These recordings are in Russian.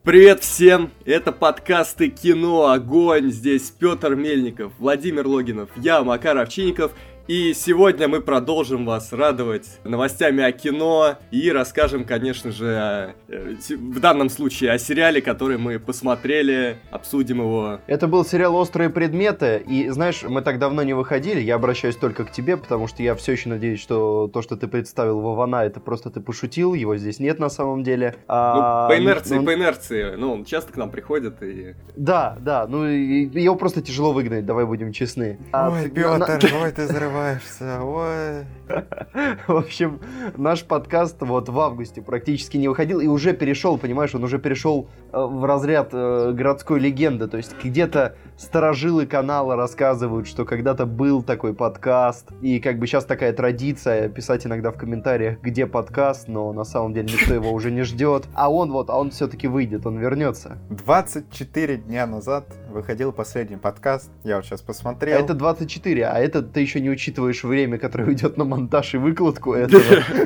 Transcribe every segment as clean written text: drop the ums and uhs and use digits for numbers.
Привет всем! Это подкасты «Кино. Огонь». Здесь Петр Мельников, Владимир Логинов, я, Макар Овчинников. И сегодня мы продолжим вас радовать новостями о кино и расскажем, конечно же, в данном случае о сериале, который мы посмотрели, обсудим его. Это был сериал «Острые предметы», и, знаешь, мы так давно не выходили, я обращаюсь только к тебе, потому что я все еще надеюсь, что то, что ты представил Вована, это просто ты пошутил, его здесь нет на самом деле. По инерции, он часто к нам приходит и... Да, его просто тяжело выгнать, давай будем честны. Ой, Петр, ой, ты взрываешься, ой. В общем, наш подкаст вот в августе практически не выходил и уже перешел, понимаешь, он уже перешел в разряд городской легенды, то есть где-то старожилы канала рассказывают, что когда-то был такой подкаст, и как бы сейчас такая традиция писать иногда в комментариях, где подкаст, но на самом деле никто его уже не ждет, а он все-таки выйдет, он вернется. 24 дня назад выходил последний подкаст, я вот сейчас посмотрел. Это 24, а это ты еще не учитываешь время, которое уйдет на монтаж и выкладку этого.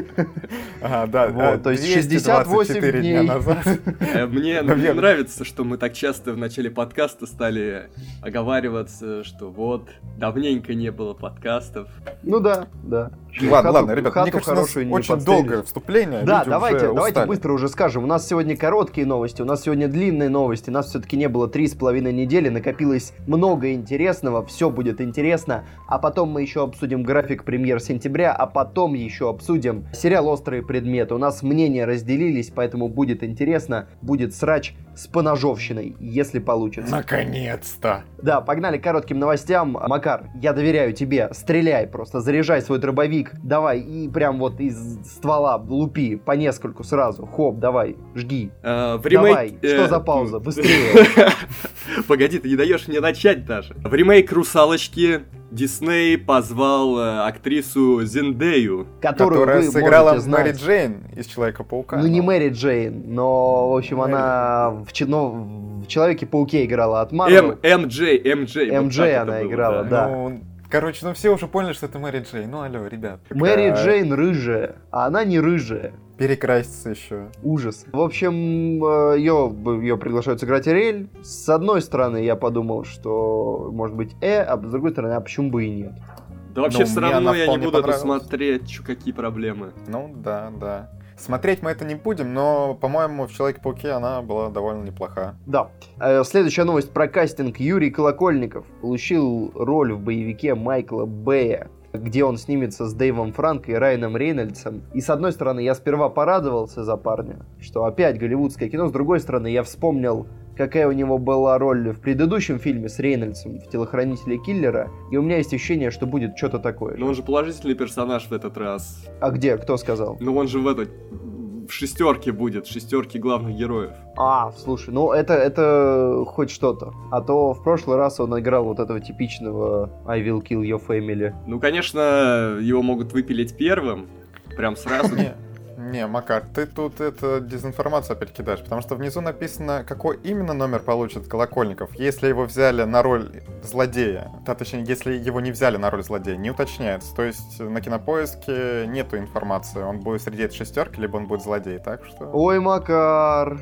Да, то есть 68 дней назад. Мне нравится, что мы так часто в начале подкаста стали оговариваться, что вот, давненько не было подкастов. Ну да. Ладно, ребят, мне кажется, у нас очень долгое вступление. Да, давайте быстро уже скажем. У нас сегодня короткие новости, у нас сегодня длинные новости. Нас все-таки не было 3,5 недели, накопилось много интересного, все будет интересно. А потом мы еще обсудим график премьер сентября, а потом еще обсудим сериал «Острые предметы». У нас мнения разделились, поэтому будет интересно, будет срач с поножовщиной, если получится. Наконец-то! Да, погнали к коротким новостям. Макар, я доверяю тебе, стреляй просто, заряжай свой дробовик, давай, и прям вот из ствола лупи по нескольку сразу. Хоп, давай, жги. Давай, что за пауза, быстрее. Погоди, ты не даешь мне начать даже. В ремейк «Русалочки» Дисней позвал актрису Зендею, которая сыграла Мэри Джейн из Человека-паука. Ну, не Мэри Джейн, но, в общем, она в Человеке-пауке играла от Марвел. МД она играла, да. Короче, все уже поняли, что это Мэри Джейн. Ну, алло, ребят. Мэри Джейн рыжая, а она не рыжая. Перекраситься еще. Ужас. В общем, ее приглашают сыграть Ариэль. С одной стороны, я подумал, что может быть а с другой стороны, а почему бы и нет? Да вообще все равно я не буду это смотреть, какие проблемы. Ну, да. Смотреть мы это не будем, но, по-моему, в Человеке-пауке она была довольно неплоха. Да. Следующая новость про кастинг. Юрий Колокольников получил роль в боевике Майкла Бэя, где он снимется с Дэйвом Франко и Райаном Рейнольдсом. И с одной стороны, я сперва порадовался за парня, что опять голливудское кино. С другой стороны, я вспомнил, какая у него была роль в предыдущем фильме с Рейнольдсом в «Телохранителе киллера», и у меня есть ощущение, что будет что-то такое. Но он же положительный персонаж в этот раз. А где? Кто сказал? Ну он же в шестерке будет, шестерке главных героев. Слушай, это хоть что-то. А то в прошлый раз он играл вот этого типичного I will kill your family. Ну, конечно, его могут выпилить первым, прям сразу. Не, Макар, ты тут дезинформацию опять кидаешь, потому что внизу написано, какой именно номер получит Колокольников, если его взяли на роль злодея. Точнее, если его не взяли на роль злодея, не уточняется. То есть на Кинопоиске нету информации, он будет среди этой шестерки, либо он будет злодей, так что... Ой, Макар!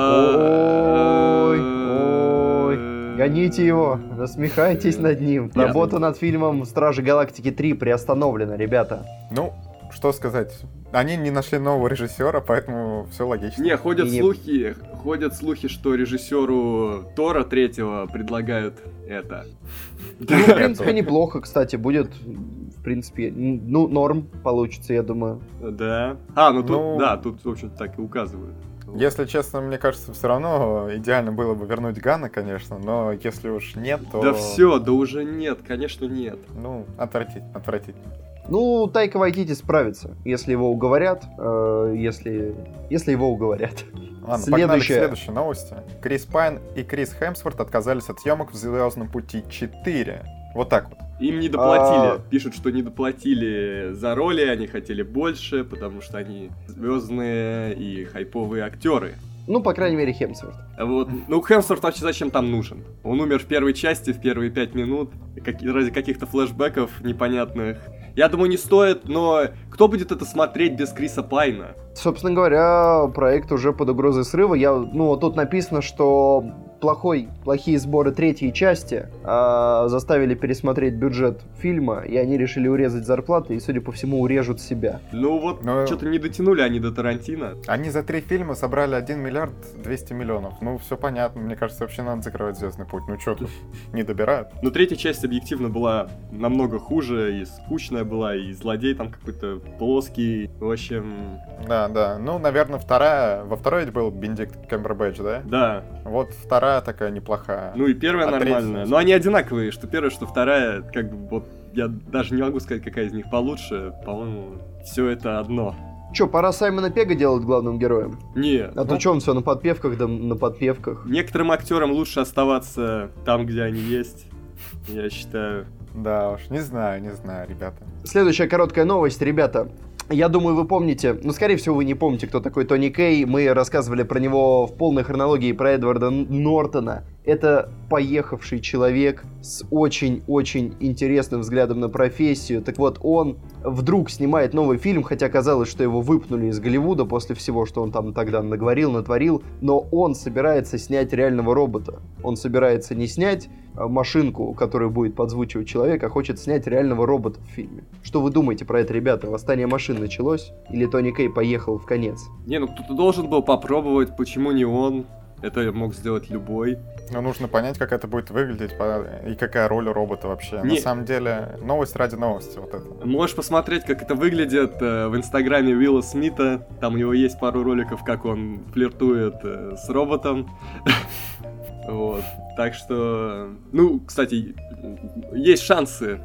Ой! Гоните его, насмехайтесь над ним. Работа над фильмом «Стражи Галактики 3» приостановлена, ребята. Ну, что сказать? Они не нашли нового режиссера, поэтому все логично. Не, ходят слухи, что режиссеру Тора 3-го предлагают это. Ну, в принципе, неплохо, кстати, будет, в принципе, норм получится, я думаю. Да. Тут, в общем-то, так и указывают. Если честно, мне кажется, все равно идеально было бы вернуть Ганна, конечно, но если уж нет, то... Да уже нет, конечно, нет. Ну, отвратительно. Ну, Тайка Вайтити справится, если его уговорят, если его уговорят. Ладно, погнали к следующей новости. Крис Пайн и Крис Хемсворт отказались от съемок в «Звездном пути 4». Вот так вот. Им не доплатили. Пишут, что не доплатили за роли, они хотели больше, потому что они звездные и хайповые актеры. Ну, по крайней мере, Хемсворт. Вот. Ну, Хемсворт вообще зачем там нужен? Он умер в первой части, в первые 5 минут, ради каких-то флешбеков непонятных. Я думаю, не стоит, но кто будет это смотреть без Криса Пайна? Собственно говоря, проект уже под угрозой срыва. Тут написано, что плохие сборы третьей части заставили пересмотреть бюджет фильма, и они решили урезать зарплаты, и, судя по всему, урежут себя. Что-то не дотянули они до Тарантино. Они за 3 фильма собрали 1 миллиард 200 миллионов. Все понятно. Мне кажется, вообще надо закрывать «Звездный путь». Что тут, не добирают? Третья часть объективно была намного хуже, и скучная была, и злодей там какой-то плоский. В общем... Да. Наверное, во второй ведь был Бенедикт Камбербэтч, да? Да. Вот вторая такая неплохая. И первая нормальная. Но они одинаковые, что первая, что вторая, я даже не могу сказать, какая из них получше. По-моему, все это одно. Пора Саймона Пегга делать главным героем? Нет. То он все на подпевках, да на подпевках. Некоторым актерам лучше оставаться там, где они есть, я считаю. Да уж, не знаю, ребята. Следующая короткая новость, ребята. Я думаю, вы помните, скорее всего, вы не помните, кто такой Тони Кей. Мы рассказывали про него в полной хронологии, про Эдварда Нортона. Это поехавший человек с очень-очень интересным взглядом на профессию. Так вот, он вдруг снимает новый фильм, хотя казалось, что его выпнули из Голливуда после всего, что он там тогда наговорил, натворил. Но он собирается снять реального робота. Он собирается не снять машинку, которая будет подзвучивать человека, а хочет снять реального робота в фильме. Что вы думаете про это, ребята? Восстание машин началось? Или Тони Кей поехал в конец? Кто-то должен был попробовать, почему не он? Это мог сделать любой. Нужно понять, как это будет выглядеть и какая роль у робота вообще. На самом деле, новость ради новости вот это. Можешь посмотреть, как это выглядит в инстаграме Уилла Смита. Там у него есть пару роликов, как он флиртует с роботом. Вот. Так что... кстати, есть шансы.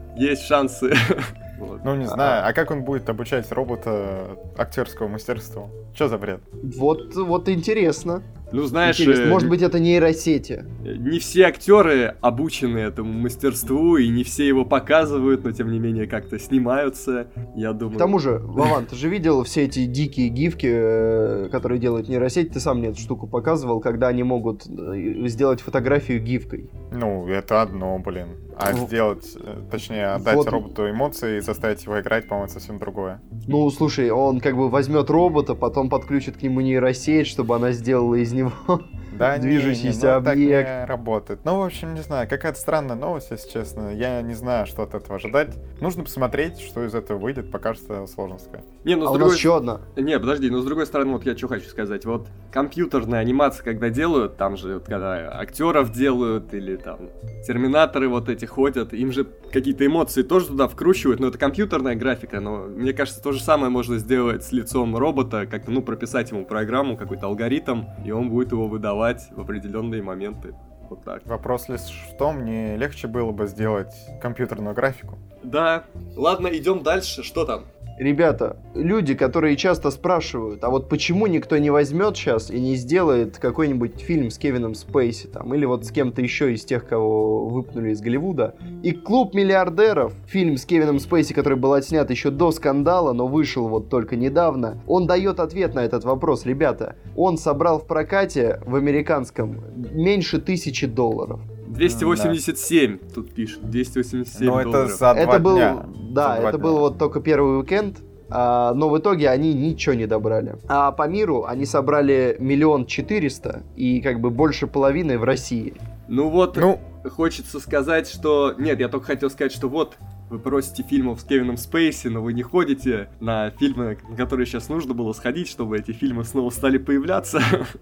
Не знаю, а как он будет обучать робота актерскому мастерству? Что за бред? Вот интересно. Знаешь... Интересно. Может быть, это нейросети? Не все актеры обучены этому мастерству, и не все его показывают, но тем не менее как-то снимаются, я думаю. К тому же, Вован, ты же видел все эти дикие гифки, которые делают нейросеть? Ты сам мне эту штуку показывал, когда они могут сделать фотографию гифкой. Это одно, блин. А сделать, точнее, отдать роботу эмоции и заставить его играть, по-моему, это совсем другое. Слушай, он возьмет робота, потом подключит к нему нейросеть, чтобы она сделала из него движущийся объект. Так не работает. В общем, не знаю, какая-то странная новость, если честно. Я не знаю, что от этого ожидать. Нужно посмотреть, что из этого выйдет, пока что сложно сказать. У нас еще одна. Подожди, с другой стороны, я что хочу сказать. Компьютерная анимация, когда делают, там же, когда актеров делают, или там терминаторы эти ходят, им же какие-то эмоции тоже туда вкручивают, но это компьютерная графика, но мне кажется, то же самое можно сделать с лицом робота, как-то, прописать ему программу, какой-то алгоритм, и он будет его выдавать в определенные моменты. Вот так. Вопрос лишь в том, не легче было бы сделать компьютерную графику? Да. Ладно, идем дальше. Что там? Ребята, люди, которые часто спрашивают, а почему никто не возьмет сейчас и не сделает какой-нибудь фильм с Кевином Спейси там, или с кем-то еще из тех, кого выпнули из Голливуда. И «Клуб миллиардеров», фильм с Кевином Спейси, который был отснят еще до скандала, но вышел только недавно, он дает ответ на этот вопрос. Ребята, он собрал в прокате в американском меньше $1000. 287, тут пишут, 287 $287. это за 2 дня. Да, это был только первый уикенд, но в итоге они ничего не добрали. А по миру они собрали 1 400 000 и больше половины в России. Хочется сказать, что... Нет, я только хотел сказать, что вы просите фильмов с Кевином Спейси, но вы не ходите на фильмы, на которые сейчас нужно было сходить, чтобы эти фильмы снова стали появляться.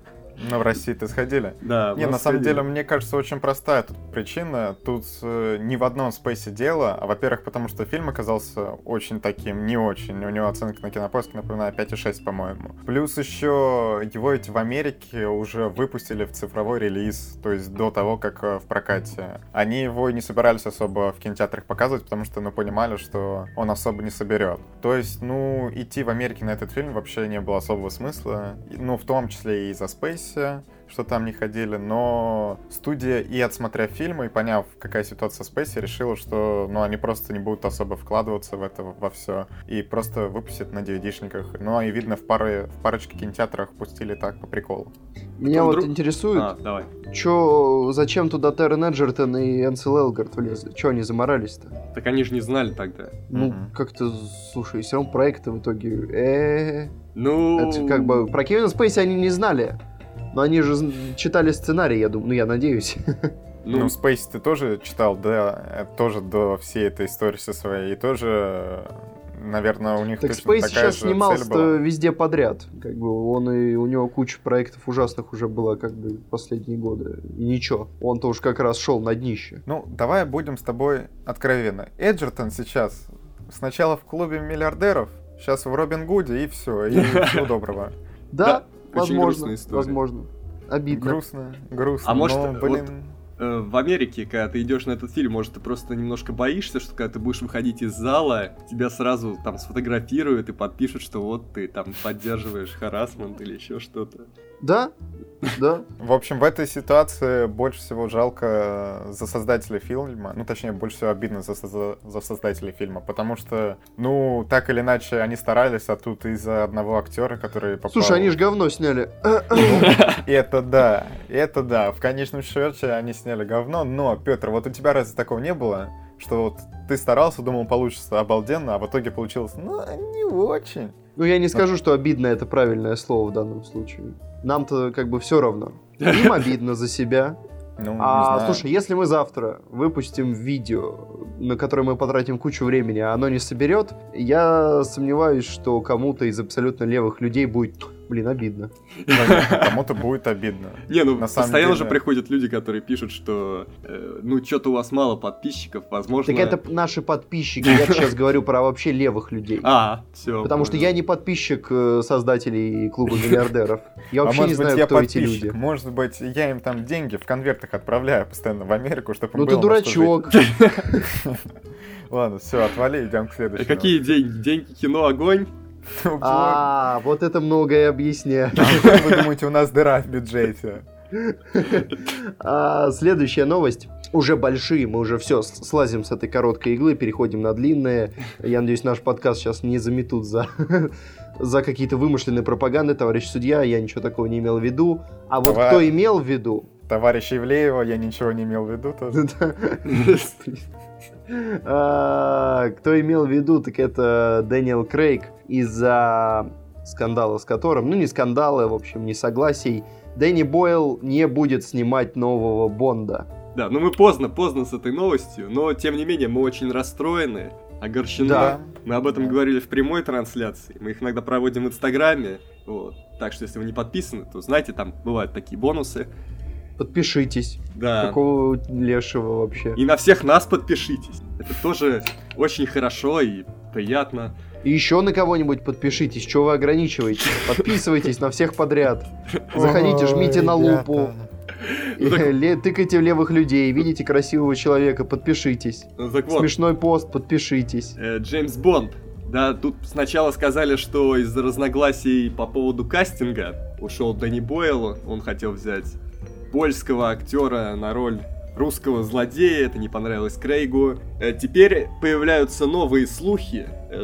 В России-то сходили? Да. На самом деле, мне кажется, очень простая тут причина. Тут не в одном Спейсе дело, а, во-первых, потому что фильм оказался очень таким, не очень. У него оценка на Кинопоиске, напоминаю, 5,6, по-моему. Плюс еще его в Америке уже выпустили в цифровой релиз, то есть до того, как в прокате. Они его не собирались особо в кинотеатрах показывать, потому что, понимали, что он особо не соберет. То есть, идти в Америке на этот фильм вообще не было особого смысла. В том числе и из-за Спейси, что там не ходили, но студия, и отсмотрев фильмы, и поняв, какая ситуация в Спейсе, решила, что они просто не будут особо вкладываться в это во все, и просто выпустят на DVD-шниках. Ну, и видно, в парочке кинотеатрах пустили так по приколу. Меня вот интересует, зачем туда Террен Эджертон и Энсел Элгард влезли? Чё они заморались-то? Так они же не знали тогда. Ну, как-то, слушай, все равно проект-то в итоге... Ну... Это как бы... Про Кевина Спейси они не знали. Но они же читали сценарий, я думаю, я надеюсь. Ну, Спейси ты тоже читал, да? Тоже до всей этой истории со своей. И тоже... Наверное, у них так точно Спейси такая сейчас же снимался цель была. везде подряд. Как бы у него куча проектов ужасных уже была как бы последние годы. И ничего, он-то уж как раз шел на днище. Ну, давай будем с тобой откровенны. Эджертон сейчас сначала в клубе миллиардеров, сейчас в Робин Гуде, и все, и всего доброго. Да, возможно. Обидно. Грустно. А может, блин... В Америке, когда ты идешь на этот фильм, может, ты просто немножко боишься, что когда ты будешь выходить из зала, тебя сразу там сфотографируют и подпишут, что вот ты там поддерживаешь харассмент или еще что-то. Да. В общем, в этой ситуации больше всего жалко за создателей фильма, точнее, больше всего обидно за создателей фильма, потому что, так или иначе, они старались, а тут из-за одного актера, который попал... Слушай, они же говно сняли. Это да, в конечном счете они сняли говно, но, Петр, вот у тебя разве такого не было? Что вот ты старался, думал, получится обалденно, а в итоге получилось, не очень. Я не скажу, что обидно это правильное слово в данном случае. Нам-то как бы все равно. Им обидно за себя. Слушай, если мы завтра выпустим видео, на которое мы потратим кучу времени, а оно не соберет, я сомневаюсь, что кому-то из абсолютно левых людей будет, обидно. Кому-то будет обидно. Постоянно же приходят люди, которые пишут, что что-то у вас мало подписчиков, возможно... Так это наши подписчики, я сейчас говорю про вообще левых людей. Все. Потому что я не подписчик создателей клуба миллиардеров. Я вообще не знаю, кто эти люди. Может быть, я им там деньги в конвертах отправляю постоянно в Америку, чтобы им было... Ну ты дурачок. Ладно, все, отвали, идем к следующему. Какие деньги? Деньги, кино, огонь? Вот это многое объясняет. Вы думаете, у нас дыра в бюджете? Следующая новость. Уже большие, мы уже все слазим с этой короткой иглы, переходим на длинные. Я надеюсь, наш подкаст сейчас не заметут за какие-то вымышленные пропаганды. Товарищ судья, я ничего такого не имел в виду. А вот кто имел в виду... Товарищ Ивлеева, я ничего не имел в виду тоже. Кто имел в виду, так это Дэниел Крейг из-за скандала с которым, не скандала, в общем, несогласий, Дэнни Бойл не будет снимать нового Бонда. Да, мы поздно с этой новостью, но тем не менее мы очень расстроены, огорчены. Да. Мы об этом говорили в прямой трансляции, мы их иногда проводим в Инстаграме, так что если вы не подписаны, то знаете, там бывают такие бонусы. Подпишитесь. Да. Какого лешего вообще. И на всех нас подпишитесь. Это тоже очень хорошо и приятно. И еще на кого-нибудь подпишитесь. Чего вы ограничиваетесь? Подписывайтесь на всех подряд. Заходите, жмите на лупу. Тыкайте в левых людей. Видите красивого человека, подпишитесь. Смешной пост, подпишитесь. Джеймс Бонд. Да, тут сначала сказали, что из-за разногласий по поводу кастинга ушел Дэнни Бойл. Он хотел взять польского актера на роль русского злодея, это не понравилось Крейгу. Теперь появляются новые слухи,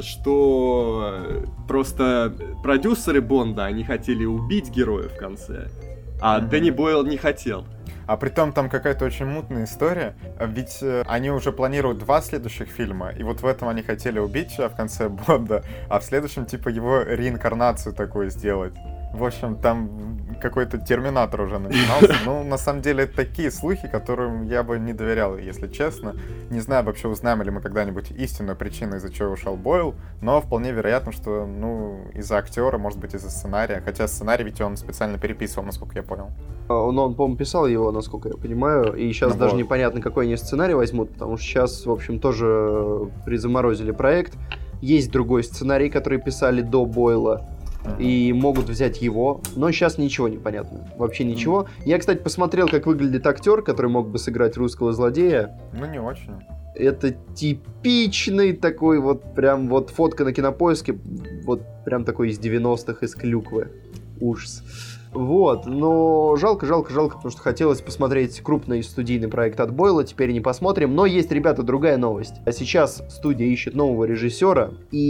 что просто продюсеры Бонда, они хотели убить героя в конце, а Дэнни Бойл не хотел. А притом там какая-то очень мутная история, ведь они уже планируют 2 следующих фильма, и вот в этом они хотели убить в конце Бонда, а в следующем типа его реинкарнацию такую сделать. В общем, там какой-то Терминатор уже начинался. На самом деле, это такие слухи, которым я бы не доверял, если честно. Не знаю, вообще узнаем ли мы когда-нибудь истинную причину, из-за чего ушел Бойл, но вполне вероятно, что, из-за актера, может быть, из-за сценария. Хотя сценарий ведь он специально переписывал, насколько я понял. Он по-моему, писал его, насколько я понимаю, и сейчас даже непонятно, какой они сценарий возьмут, потому что сейчас, в общем, тоже призаморозили проект. Есть другой сценарий, который писали до Бойла, и могут взять его, но сейчас ничего не понятно, вообще ничего. Я, кстати, посмотрел, как выглядит актер, который мог бы сыграть русского злодея. Не очень. Это типичный такой прям фотка на Кинопоиске, прям такой из 90-х, из клюквы. Ужас. Вот, но жалко, потому что хотелось посмотреть крупный студийный проект от Бойла, теперь не посмотрим. Но есть, ребята, другая новость. А сейчас студия ищет нового режиссера,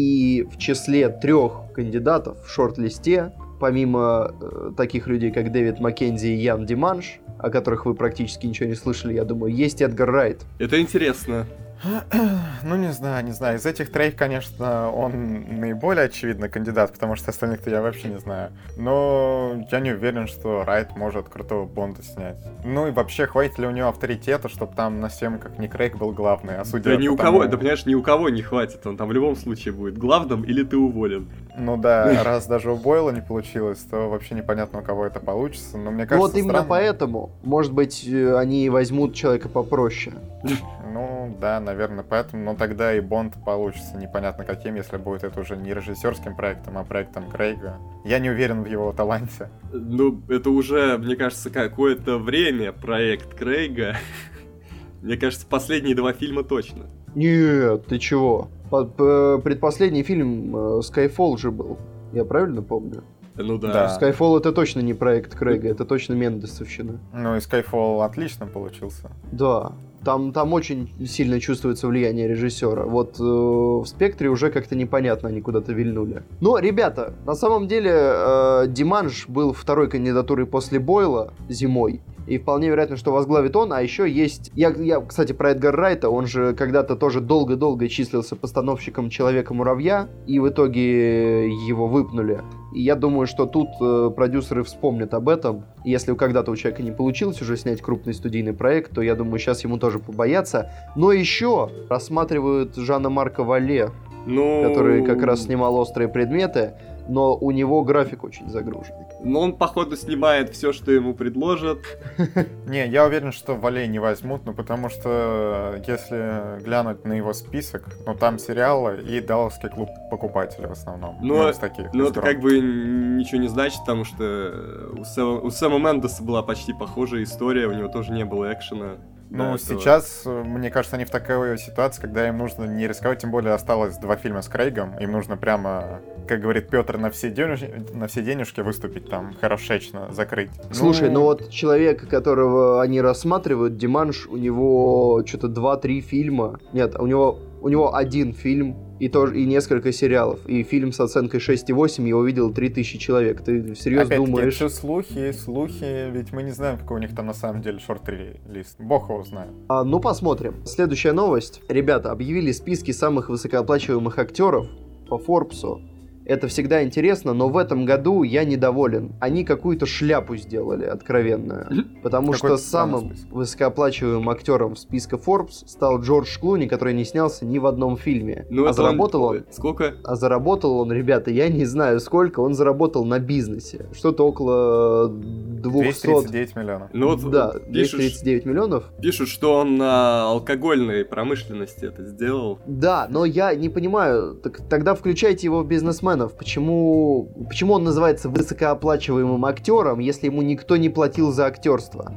и в числе 3 кандидатов в шорт-листе, помимо таких людей, как Дэвид Маккензи и Ян Диманш, о которых вы практически ничего не слышали, я думаю, есть Эдгар Райт. Это интересно. Ну, не знаю. Из этих 3, конечно, он наиболее очевидный кандидат, потому что остальных-то я вообще не знаю. Но я не уверен, что Райт может крутого Бонда снять. Ну и вообще, хватит ли у него авторитета, чтобы там на съемках не Крейг был главный, а судья... Да ни у кого, да понимаешь, ни у кого не хватит. Он там в любом случае будет главным, или ты уволен. Ну да, раз даже у Бойла не получилось, то вообще непонятно, у кого это получится. Но мне кажется, вот именно поэтому, может быть, они возьмут человека попроще. Ну да, наверное, поэтому, но тогда и Бонд получится непонятно каким, если будет это уже не режиссерским проектом, а проектом Крейга. Я не уверен в его таланте. Ну, это уже, мне кажется, какое-то время проект Крейга. Мне кажется, последние 2 фильма точно. Нет, ты чего? Предпоследний фильм Skyfall же был. Я правильно помню? Ну да. Skyfall это точно не проект Крейга, это точно Мендесовщина. Ну и Skyfall отлично получился. Да. Там очень сильно чувствуется влияние режиссера. Вот в «Спектре» уже как-то непонятно, они куда-то вильнули. Но, ребята, на самом деле Диманш был 2-й кандидатурой после Бойла зимой. И вполне вероятно, что возглавит он. А еще есть... Я, кстати, про Эдгара Райта. Он же когда-то тоже долго-долго числился постановщиком «Человека-муравья». И в итоге его выпнули. И я думаю, что тут продюсеры вспомнят об этом. И если когда-то у человека не получилось уже снять крупный студийный проект, то я думаю, сейчас ему тоже побоятся. Но еще рассматривают Жана Марка Валле, который как раз снимал «Острые предметы». Но у него график очень загруженный. Но он, походу, снимает все, что ему предложат. Не, я уверен, что Валей не возьмут, ну потому что если глянуть на его список, ну там сериалы и Далласский клуб покупателей в основном. Но из таких. Ну это как бы ничего не значит, потому что у Сэма Мендеса была почти похожая история, у него тоже не было экшена. Ну, сейчас, мне кажется, они в такой ситуации, когда им нужно не рисковать, тем более осталось 2 фильма с Крейгом, им нужно прямо, как говорит Петр, на все денежки выступить там, хорошечно закрыть. Слушай, ну вот человек, которого они рассматривают, Диманш, у него что-то 2-3 фильма, нет, у него 1 фильм, и несколько сериалов. И фильм с оценкой 6,8 его видел 3000 человек. Ты всерьез думаешь... Опять-таки, слухи, ведь мы не знаем, какой у них там на самом деле шорт-лист. Бог его знает. Ну, посмотрим. Следующая новость. Ребята, объявили списки самых высокооплачиваемых актеров по Форбсу. Это всегда интересно, но в этом году я недоволен. Они какую-то шляпу сделали, откровенную. Потому что самым высокооплачиваемым актером в списке Forbes стал Джордж Клуни, который не снялся ни в одном фильме. А заработал он... Сколько? А заработал он, ребята, я не знаю сколько, он заработал на бизнесе. Что-то около 200... 239 миллионов. Ну вот, да, 239 миллионов. Пишут, что он на алкогольной промышленности это сделал. Да, но я не понимаю, тогда включайте его в бизнесмена. Почему он называется высокооплачиваемым актером, если ему никто не платил за актерство?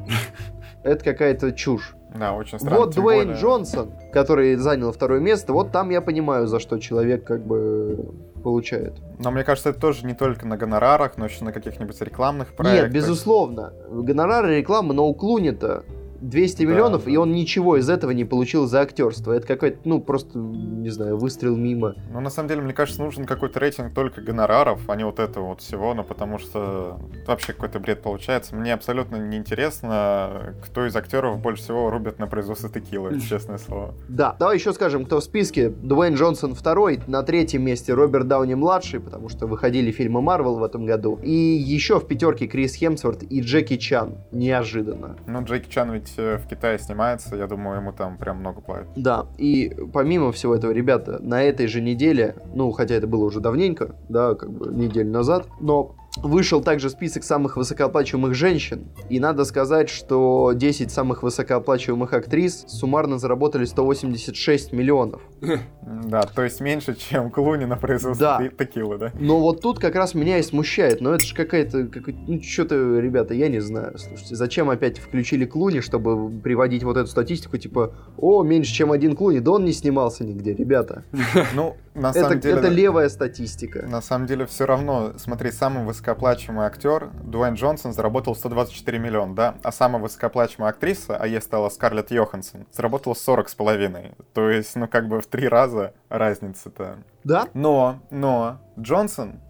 Это какая-то чушь. Да, очень странно. Вот Дуэйн Джонсон, который занял 2-е место, вот там я понимаю, за что человек как бы получает. Но мне кажется, это тоже не только на гонорарах, но еще на каких-нибудь рекламных проектах. Нет, безусловно. Гонорары, реклама, но у Клуни-то 200 миллионов, и он ничего из этого не получил за актерство. Это какой-то, просто, не знаю, выстрел мимо. Ну, на самом деле, мне кажется, нужен какой-то рейтинг только гонораров, а не вот этого вот всего, потому что вообще какой-то бред получается. Мне абсолютно неинтересно, кто из актеров больше всего рубит на производство текилы, честное слово. Да, давай еще скажем, кто в списке. Дуэйн Джонсон 2-й, на 3-м месте Роберт Дауни-младший, потому что выходили фильмы Марвел в этом году. И еще в 5-ке Крис Хемсворт и Джеки Чан. Неожиданно. Ну, Джеки Чан ведь в Китае снимается, я думаю, ему там прям много платят. Да, и помимо всего этого, ребята, на этой же неделе, хотя это было уже давненько, да, как бы неделю назад, но вышел также список самых высокооплачиваемых женщин, и надо сказать, что 10 самых высокооплачиваемых актрис суммарно заработали 186 миллионов. Да, то есть меньше, чем Клуни на производстве текилы, да? Но вот тут как раз меня и смущает, но это же какая-то, что-то, ребята, я не знаю, слушайте, зачем опять включили Клуни, чтобы приводить вот эту статистику, типа, меньше, чем 1 Клуни, да он не снимался нигде, ребята. Ну, на самом деле... Это левая статистика. На самом деле, все равно, смотри, самым высокооплачиваемый актер Дуэйн Джонсон заработал 124 миллиона, да? А самая высокооплачиваемая актриса, а ей стала Скарлетт Йоханссон, заработала 40,5. То есть, ну, как бы в 3 раза разница-то. Да? Но Джонсон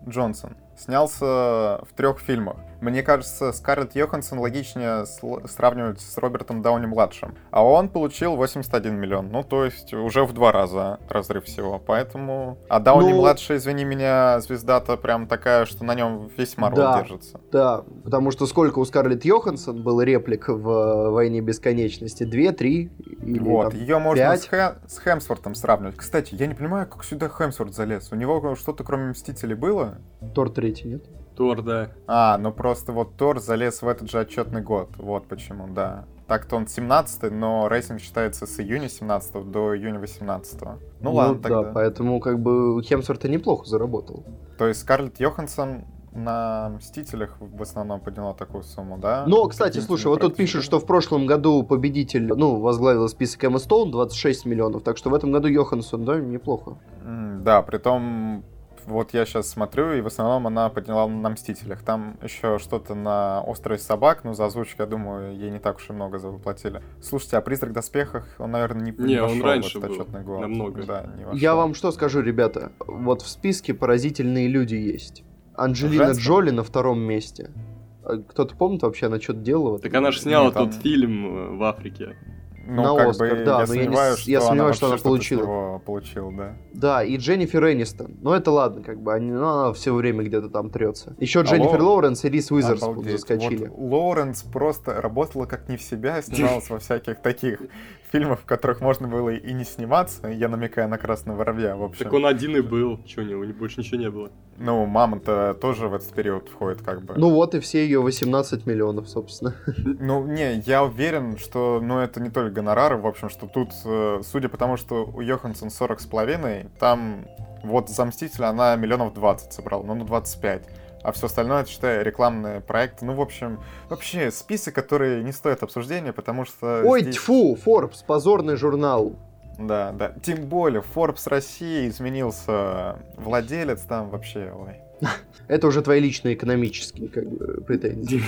снялся в 3 фильмах. Мне кажется, Скарлетт Йоханссон логичнее сравнивать с Робертом Дауни-младшим. А он получил 81 миллион. Ну, то есть уже в 2 раза разрыв всего. Поэтому... А Дауни-младший, извини меня, звезда-то прям такая, что на нем весь Марвел держится. Да, потому что сколько у Скарлетт Йоханссон было реплик в «Войне бесконечности»? 2, 3? Или вот, там, ее можно 5? с Хемсвортом сравнивать. Кстати, я не понимаю, как сюда Хемсворт залез. У него что-то кроме Мстителей было? Тор 3, нет? Тор, да. Ну просто вот Тор залез в этот же отчетный год. Вот почему, да. Так-то он 17-й, но рейтинг считается с июня 17 до июня 18. Ну ладно, тогда. Да, поэтому как бы Хемсворт неплохо заработал. То есть Скарлетт Йоханссон на «Мстителях» в основном подняла такую сумму, да? Но, кстати, слушай, вот тут пишут, что в прошлом году победитель, возглавил список Эмма Стоун, 26 миллионов, так что в этом году Йоханссон, да, неплохо. Да, притом... Вот я сейчас смотрю, и в основном она подняла на «Мстителях». Там еще что-то на «Острове собак», за озвучку, я думаю, ей не так уж и много заплатили. Слушайте, а «Призрак в доспехах», он, наверное, не вошел он раньше в этот был, отчетный год. намного. Да, не вошел. Я вам что скажу, ребята, вот в списке поразительные люди есть. Анджелина Джоли на 2-м месте. Кто-то помнит вообще, она что-то делала? Так она же сняла тот фильм в Африке. На Оскар, да, но я сомневаюсь, что она получила. Да. Да, и Дженнифер Энистон. Ну, это ладно, как бы, она все время где-то там трется. Еще Дженнифер Лоуренс и Риз Уизерспун заскочили. Вот Лоуренс просто работала как не в себя, снималась во всяких таких фильмах, в которых можно было и не сниматься. Я намекаю на «Красного воробья», в общем. Так он один и был. Чё, у него больше ничего не было. Ну, мама-то тоже в этот период входит, как бы. Ну вот и все ее 18 миллионов, собственно. Ну, не, я уверен, что, это не только гонорары, в общем, что тут, судя по тому, что у Йоханссон 40,5, там вот за «Мстителя» она 20 миллионов собрала, 25. А все остальное, это, считай, рекламные проекты. Ну, в общем, вообще список, который не стоит обсуждения, потому что... Ой, тьфу, Forbes, позорный журнал. Да. Тем более, Forbes России изменился владелец, там вообще, ой. Это уже твои личные экономические претензии.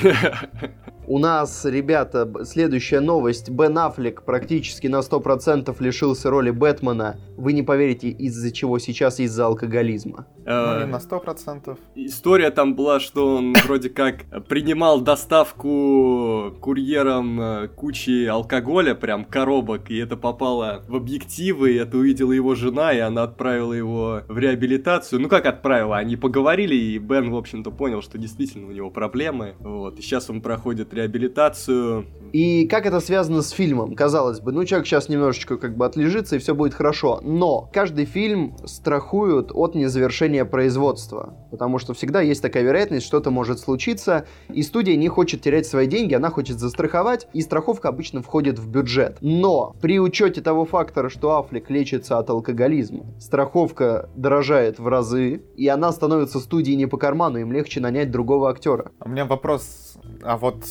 У нас, ребята, следующая новость. Бен Аффлек практически на 100% лишился роли Бэтмена. Вы не поверите, из-за чего сейчас, из-за алкоголизма. Не на 100%. История там была, что он вроде как принимал доставку курьером кучи алкоголя, прям коробок, и это попало в объективы, и это увидела его жена, и она отправила его в реабилитацию. Ну как отправила? Они поговорили, и Бен, в общем-то, понял, что действительно у него проблемы. Вот, и сейчас он проходит реабилитацию. И как это связано с фильмом? Казалось бы, человек сейчас немножечко отлежится, и все будет хорошо. Но каждый фильм страхуют от незавершения производства. Потому что всегда есть такая вероятность, что-то может случиться, и студия не хочет терять свои деньги, она хочет застраховать, и страховка обычно входит в бюджет. Но при учете того фактора, что Аффлек лечится от алкоголизма, страховка дорожает в разы, и она становится студии не по карману, им легче нанять другого актера. У меня вопрос, а вот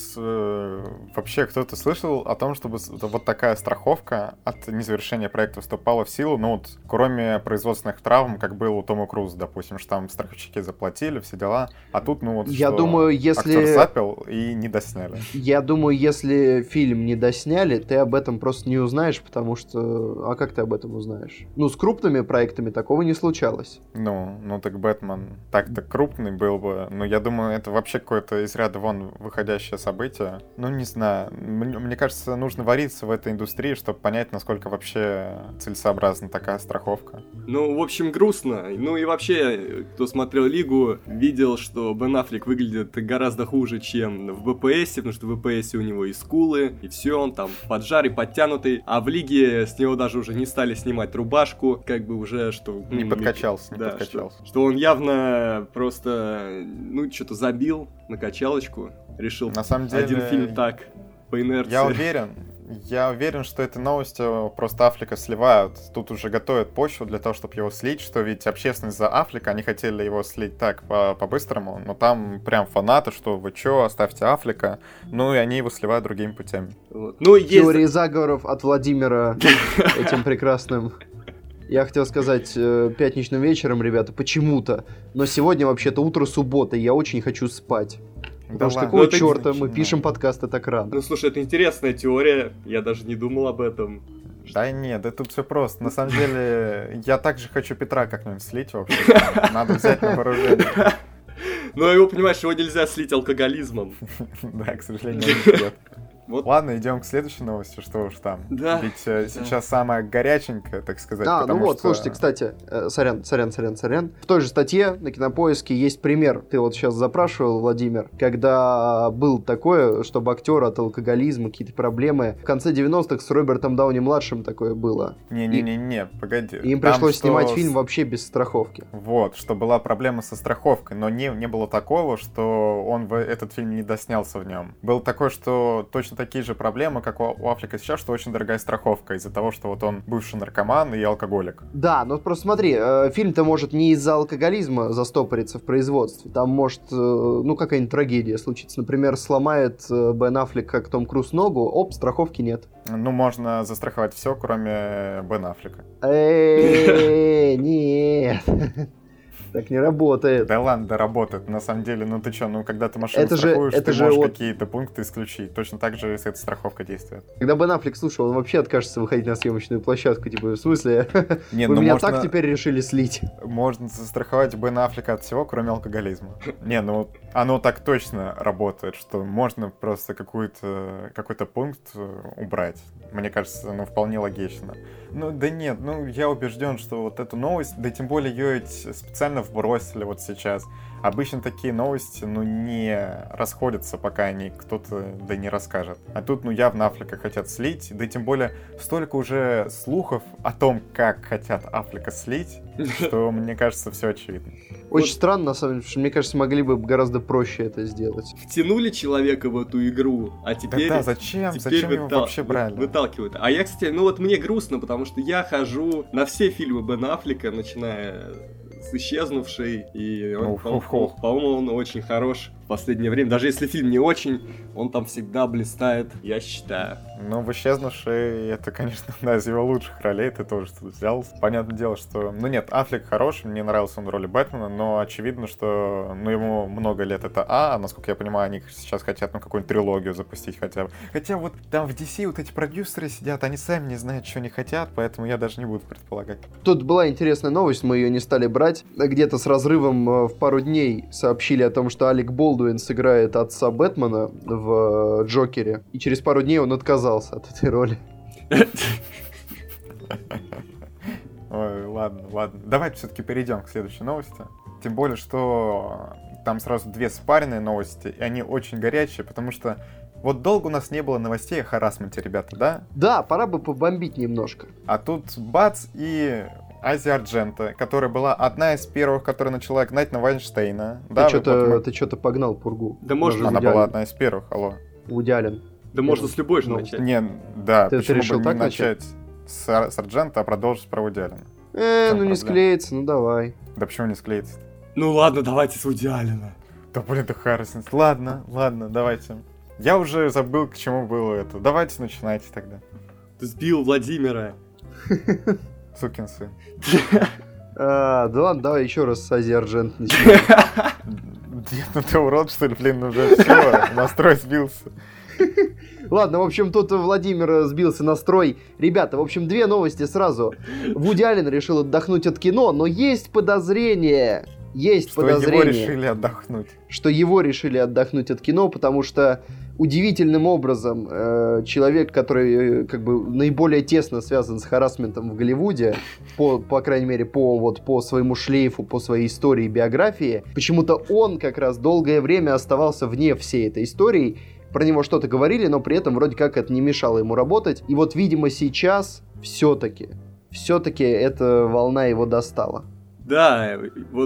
вообще кто-то слышал о том, чтобы вот такая страховка от незавершения проекта вступала в силу, кроме производственных травм, как было у Тома Круза, допустим, что там страховщики заплатили, все дела, а тут, я думаю, если... актер запил и не досняли. Я думаю, если фильм не досняли, ты об этом просто не узнаешь, потому что... А как ты об этом узнаешь? С крупными проектами такого не случалось. Так Бэтмен так-то крупный был бы, но я думаю, это вообще какое-то из ряда вон выходящее событие. Не знаю, мне кажется, нужно вариться в этой индустрии, чтобы понять, насколько вообще целесообразна такая страховка. В общем, грустно. И вообще, кто смотрел Лигу, видел, что Бен Аффлек выглядит гораздо хуже, чем в БПСе, потому что в БПСе у него и скулы, и все, он там поджарый, подтянутый, а в Лиге с него даже уже не стали снимать рубашку, уже, что... Не подкачался. Что он явно просто, что-то забил на качалочку, решил на самом деле, один фильм так, по инерции. Я уверен, что этой новостью просто Аффлека сливают. Тут уже готовят почву для того, чтобы его слить, что ведь общественность за Аффлека, они хотели его слить так, по-быстрому, но там прям фанаты, что вы чё, оставьте Аффлека, и они его сливают другими путями. Теории заговоров от Владимира этим прекрасным... Я хотел сказать пятничным вечером, ребята, почему-то. Но сегодня вообще-то утро субботы, я очень хочу спать. Потому что какого черта мы пишем подкасты так рано? Ну, слушай, это интересная теория, я даже не думал об этом. Да нет, да тут все просто. На самом деле, я также хочу Петра как-нибудь слить вообще. Надо взять на вооружение. Ну, его, понимаешь, его нельзя слить алкоголизмом. Да, к сожалению, нет. Вот. Ладно, идем к следующей новости, что уж там. Да. Ведь сейчас самая горяченькая, так сказать. Ну вот, слушайте, кстати, сорян. В той же статье на Кинопоиске есть пример. Ты вот сейчас запрашивал, Владимир, когда был такое, чтобы актер от алкоголизма, какие-то проблемы. В конце 90-х с Робертом Дауни-младшим такое было. Не, погоди. Им пришлось снимать фильм вообще без страховки. Вот, что была проблема со страховкой, но не было такого, что он этот фильм не доснялся в нем. Было такое, что точно такие же проблемы, как у Аффлека сейчас, что очень дорогая страховка из-за того, что вот он бывший наркоман и алкоголик. Да, но просто смотри, фильм-то может не из-за алкоголизма застопориться в производстве, там может, какая-нибудь трагедия случиться. Например, сломает Бен Аффлек, как Том Круз, ногу, страховки нет. Ну, можно застраховать все, кроме Бен Аффлека. Нет. Так не работает. Да ладно, да работает. На самом деле, ты что, когда ты машину страхуешь, ты можешь какие-то пункты исключить. Точно так же, если эта страховка действует. Когда Бен Аффлек, слушай, он вообще откажется выходить на съемочную площадку, типа, в смысле? Не, вы меня так теперь решили слить? Можно застраховать Бен Аффлека от всего, кроме алкоголизма. Не, оно так точно работает, что можно просто какой-то пункт убрать. Мне кажется, вполне логично. Я убежден, что вот эту новость, да тем более ее ведь специально вбросили вот сейчас. Обычно такие новости, не расходятся, пока кто-то не расскажет. А тут, явно Аффлека хотят слить, да и тем более столько уже слухов о том, как хотят Аффлека слить, что, мне кажется, все очевидно. Очень странно, на самом деле, потому что, мне кажется, могли бы гораздо проще это сделать. Втянули человека в эту игру, а теперь... Да, зачем? Зачем его вообще брали? Выталкивают. А я, кстати, мне грустно, потому что я хожу на все фильмы Бена Аффлека, начиная с «Исчезнувшей», и по-моему, он очень хорош в последнее время. Даже если фильм не очень, он там всегда блистает, я считаю. В «Исчезнувшей» это, конечно, одна из его лучших ролей, ты тоже что-то взял. Понятное дело, что... нет, Аффлек хорош, мне нравился он в роли Бэтмена, но очевидно, что, ему много лет это а насколько я понимаю, они сейчас хотят, какую-нибудь трилогию запустить хотя бы. Хотя вот там в DC вот эти продюсеры сидят, они сами не знают, что они хотят, поэтому я даже не буду предполагать. Тут была интересная новость, мы ее не стали брать. Где-то с разрывом в пару дней сообщили о том, что Алек Болдуин сыграет отца Бэтмена в «Джокере», и через пару дней он отказался от этой роли. Ой, ладно. Давайте все-таки перейдем к следующей новости. Тем более, что там сразу две спаренные новости, и они очень горячие, потому что вот долго у нас не было новостей о харассменте, ребята, да? Да, пора бы побомбить немножко. А тут бац, и Азия Арджента, которая была одна из первых, которая начала гнать на Вайнштейна. Ты что-то погнал пургу. Да можно. Она была одна из первых, алло. Вуди Аллен. Да можно с любой же начать. Почему решил бы так не начать с Арджента, а продолжить про Вуди Аллена? Не склеится, давай. Да почему не склеится? Ладно, давайте с Вуди Аллена. Да да Харрисон. Ладно, давайте. Я уже забыл, к чему было это. Давайте начинайте тогда. Ты сбил Владимира. Сукин сын. Да ладно, давай еще раз с Азии Арджент начинаем. Нет, ты урод, что ли, уже все, настрой сбился. Ладно, в общем, тут Владимир сбился настрой. Ребята, в общем, две новости сразу. Вуди Аллен решил отдохнуть от кино, но есть подозрение. Что его решили отдохнуть. Что его решили отдохнуть от кино, потому что удивительным образом человек, который наиболее тесно связан с харассментом в Голливуде, по крайней мере, по своему шлейфу, по своей истории, биографии, почему-то он как раз долгое время оставался вне всей этой истории. Про него что-то говорили, но при этом вроде как это не мешало ему работать. И вот, видимо, сейчас все-таки эта волна его достала. Да, вот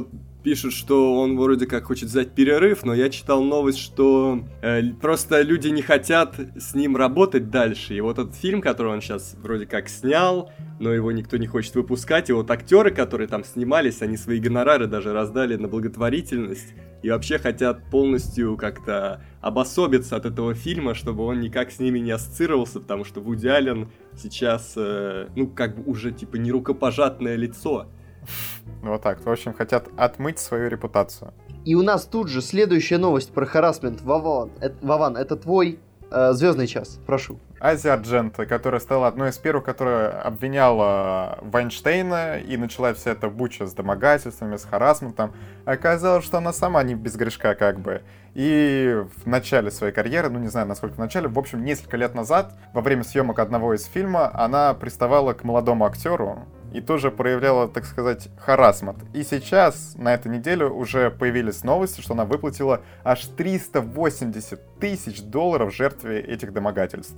пишут, что он вроде как хочет взять перерыв, но я читал новость, что просто люди не хотят с ним работать дальше. И вот этот фильм, который он сейчас вроде как снял, но его никто не хочет выпускать, и вот актеры, которые там снимались, они свои гонорары даже раздали на благотворительность, и вообще хотят полностью как-то обособиться от этого фильма, чтобы он никак с ними не ассоциировался, потому что Вуди Аллен сейчас, как бы уже типа не рукопожатное лицо. Вот так. В общем, хотят отмыть свою репутацию. И у нас тут же следующая новость про харассмент. Вован, это твой звездный час, прошу. Азия Ардженто, которая стала одной из первых, которая обвиняла Вайнштейна, и начала вся эта буча с домогательствами, с харассментом. Оказалось, что она сама не без грешка как бы. И в начале своей карьеры, не знаю, насколько в начале, в общем, несколько лет назад, во время съемок одного из фильмов, она приставала к молодому актеру и тоже проявляла, так сказать, харассмент. И сейчас, на этой неделе, уже появились новости, что она выплатила аж $380 тысяч жертве этих домогательств.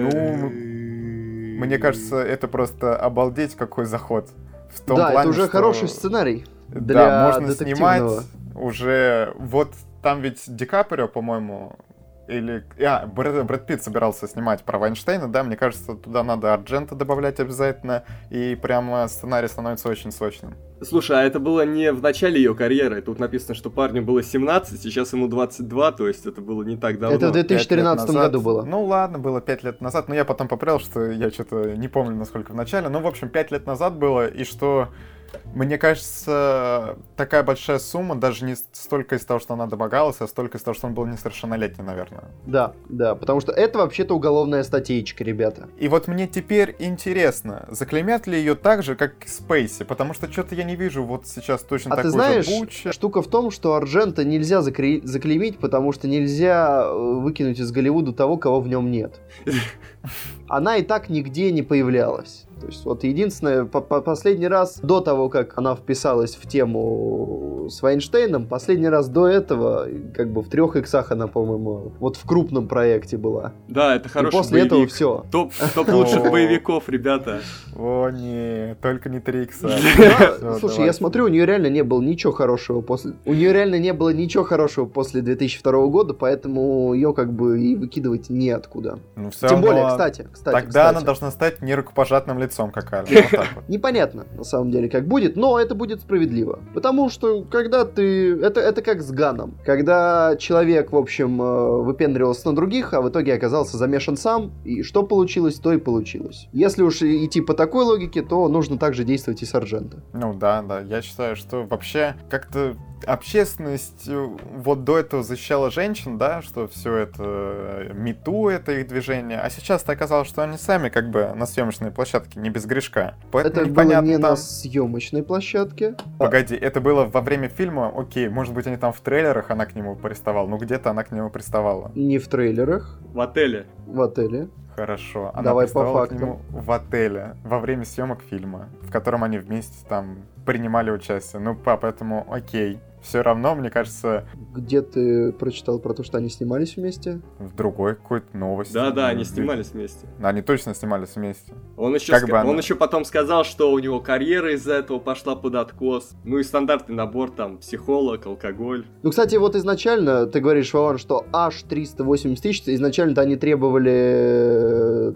Мне кажется, это просто обалдеть какой заход. В том плане, это уже что... хороший сценарий для Да, можно детективного. снимать уже... Вот там ведь Ди Каприо, по-моему... Брэд Питт собирался снимать про Вайнштейна, да, мне кажется, туда надо Ардженто добавлять обязательно, и прямо сценарий становится очень сочным. Слушай, а это было не в начале ее карьеры, тут написано, что парню было 17, сейчас ему 22, то есть это было не так давно. Это в 2013 году было. Ну ладно, было 5 лет назад, но я потом поправил, что я что-то не помню, насколько в начале, в общем, 5 лет назад было, и что... Мне кажется, такая большая сумма даже не столько из того, что она домогалась, а столько из того, что он был несовершеннолетний, наверное. Да, потому что это вообще-то уголовная статейка, ребята. И вот мне теперь интересно, заклеймят ли ее так же, как Спейси? Потому что что-то я не вижу вот сейчас точно такой же буч. А ты знаешь, штука в том, что Ардженто нельзя заклеймить, потому что нельзя выкинуть из Голливуда того, кого в нем нет. Она и так нигде не появлялась. То есть вот единственное, последний раз до того, как она вписалась в тему с Вайнштейном, последний раз до этого, как бы в 3 иксах она, по-моему, вот в крупном проекте была. Да, это хороший боевик. И после боевик. этого все. Топ лучших боевиков, ребята. О, не, только не 3 икса. Слушай, я смотрю, у нее реально не было ничего хорошего после... У нее реально не было ничего хорошего после 2002 года, поэтому ее как бы и выкидывать неоткуда. Тем более, кстати. Тогда она должна стать нерукопожатным лицом, как Альма. Вот так вот. Непонятно, на самом деле, как будет, но это будет справедливо. Потому что, когда ты... Это как с Ганом. Когда человек, в общем, выпендривался на других, а в итоге оказался замешан сам, и что получилось, то и получилось. Если уж идти по такой логике, то нужно также действовать и с Ардженто. Да. Я считаю, что вообще как-то общественность вот до этого защищала женщин, да, что все это МИТУ, это их движение, а сейчас-то оказалось, что они сами как бы на съемочной площадке, не без грешка. Поэтому это было не на съемочной площадке. Погоди, это было во время фильма, окей, может быть, они там в трейлерах она к нему приставала, но где-то она к нему приставала. Не в трейлерах. В отеле. В отеле. Хорошо. Она Давай приставала по к нему в отеле во время съемок фильма, в котором они вместе там принимали участие. Поэтому окей. Все равно, мне кажется... Где ты прочитал про то, что они снимались вместе? В другой какой-то новости. Да, они снимались вместе. Они точно снимались вместе. Он еще потом сказал, что у него карьера из-за этого пошла под откос. И стандартный набор, там, психолог, алкоголь. Кстати, вот изначально, ты говоришь, Вован, что аж 380 тысяч, изначально-то они требовали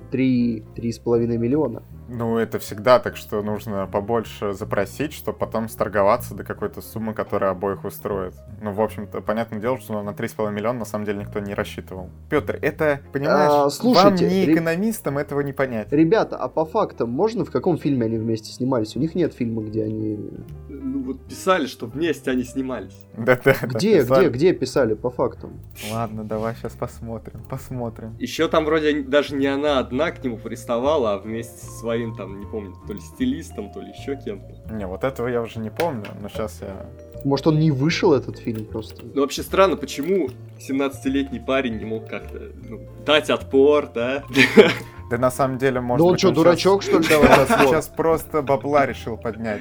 3,5 миллиона. Это всегда, так что нужно побольше запросить, чтобы потом сторговаться до какой-то суммы, которая обоих устроит. В общем-то, понятное дело, что на 3,5 миллиона на самом деле никто не рассчитывал. Петр, это, понимаешь, слушайте, вам не экономистам этого не понять. Ребята, а по фактам можно в каком фильме они вместе снимались? У них нет фильма, где они... Писали, что вместе они снимались. Да. Где писали по фактам? Ладно, давай сейчас посмотрим. Еще там вроде даже не она одна к нему приставала, а вместе со своим, там, не помню, то ли стилистом, то ли еще кем-то. Не, вот этого я уже не помню, но сейчас я... Может, он не вышел, этот фильм, просто? Вообще странно, почему 17-летний парень не мог как-то дать отпор, да? Да на самом деле, может быть... Да он что, дурачок, что ли, давай отпор? Сейчас просто бабла решил поднять.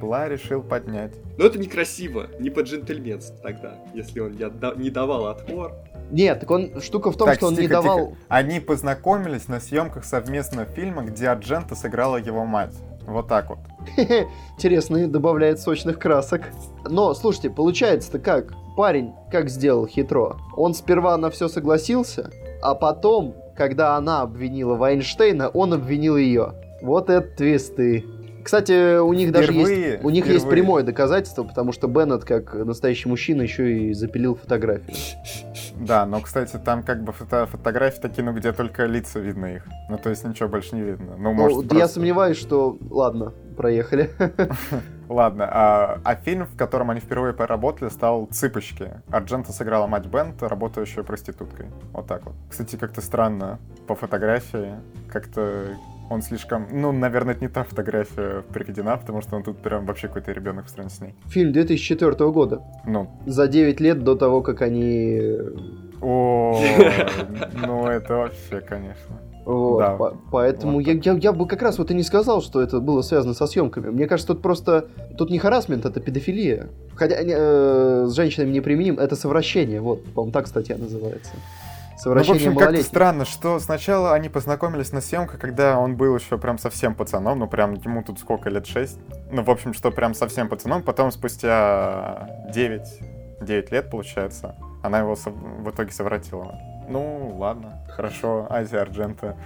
Это некрасиво, не по-джентльменски тогда, если он не давал отпор. Нет, штука в том, что он не давал... Они познакомились на съемках совместного фильма, где Ардженто сыграла его мать. Вот так вот. Интересно, и добавляет сочных красок. Но, слушайте, получается-то как? Парень как сделал хитро? Он сперва на все согласился, а потом, когда она обвинила Вайнштейна, он обвинил ее. Вот это твисты. Кстати, у них даже есть прямое доказательство, потому что Беннет, как настоящий мужчина, еще и запилил фотографию. Да, но, кстати, там как бы фотографии такие, ну, где только лица видно их. Ну, то есть ничего больше не видно. Ну, может, я просто... сомневаюсь, что... Ладно, проехали. Ладно, а фильм, в котором они впервые поработали, стал «Цыпочки». Арджента сыграла мать Беннета, работающую проституткой. Вот так вот. Кстати, как-то странно по фотографии. Как-то он слишком... Ну, наверное, это не та фотография приведена, потому что он тут прям вообще какой-то ребенок в сравнении с ней. Фильм 2004 года. Ну. За 9 лет до того, как они... О, ну это вообще, конечно. Вот, да. Поэтому вот я бы как раз вот и не сказал, что это было связано со съемками. Мне кажется, тут не харассмент, это педофилия. Хотя с женщинами не применим, это совращение. Вот, по-моему, так статья называется. Совращение малолетних. Как-то странно, что сначала они познакомились на съемках, когда он был еще прям совсем пацаном, ну прям ему тут сколько, лет 6? Ну, в общем, что прям совсем пацаном, потом спустя 9 лет, получается, она его в итоге совратила. Ну, ладно, хорошо, Азия Арджента.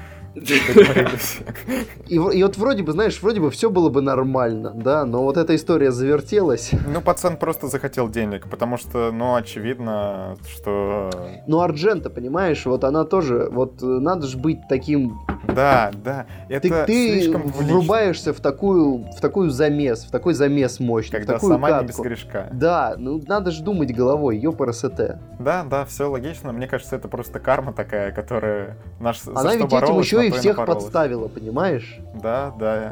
И вот вроде бы все было бы нормально, да, но вот эта история завертелась. Ну, пацан просто захотел денег, потому что, ну, очевидно, что... Ну, Арджента, понимаешь, вот она тоже, вот надо же быть таким... Да, это слишком Ты врубаешься в такой замес мощный, когда в такую сама катку. Не без грешка. Да, ну надо же думать головой, ёпарасете. Да, все логично, мне кажется, это просто карма такая, которая она ведь этим еще и всех подставила, понимаешь? Да.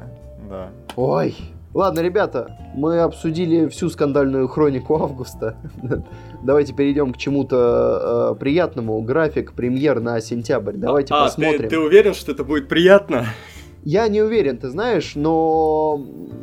Ой. Ладно, ребята, мы обсудили всю скандальную хронику августа. Давайте перейдем к чему-то приятному. График премьер на сентябрь. Давайте посмотрим. Ты уверен, что это будет приятно? Я не уверен, ты знаешь, но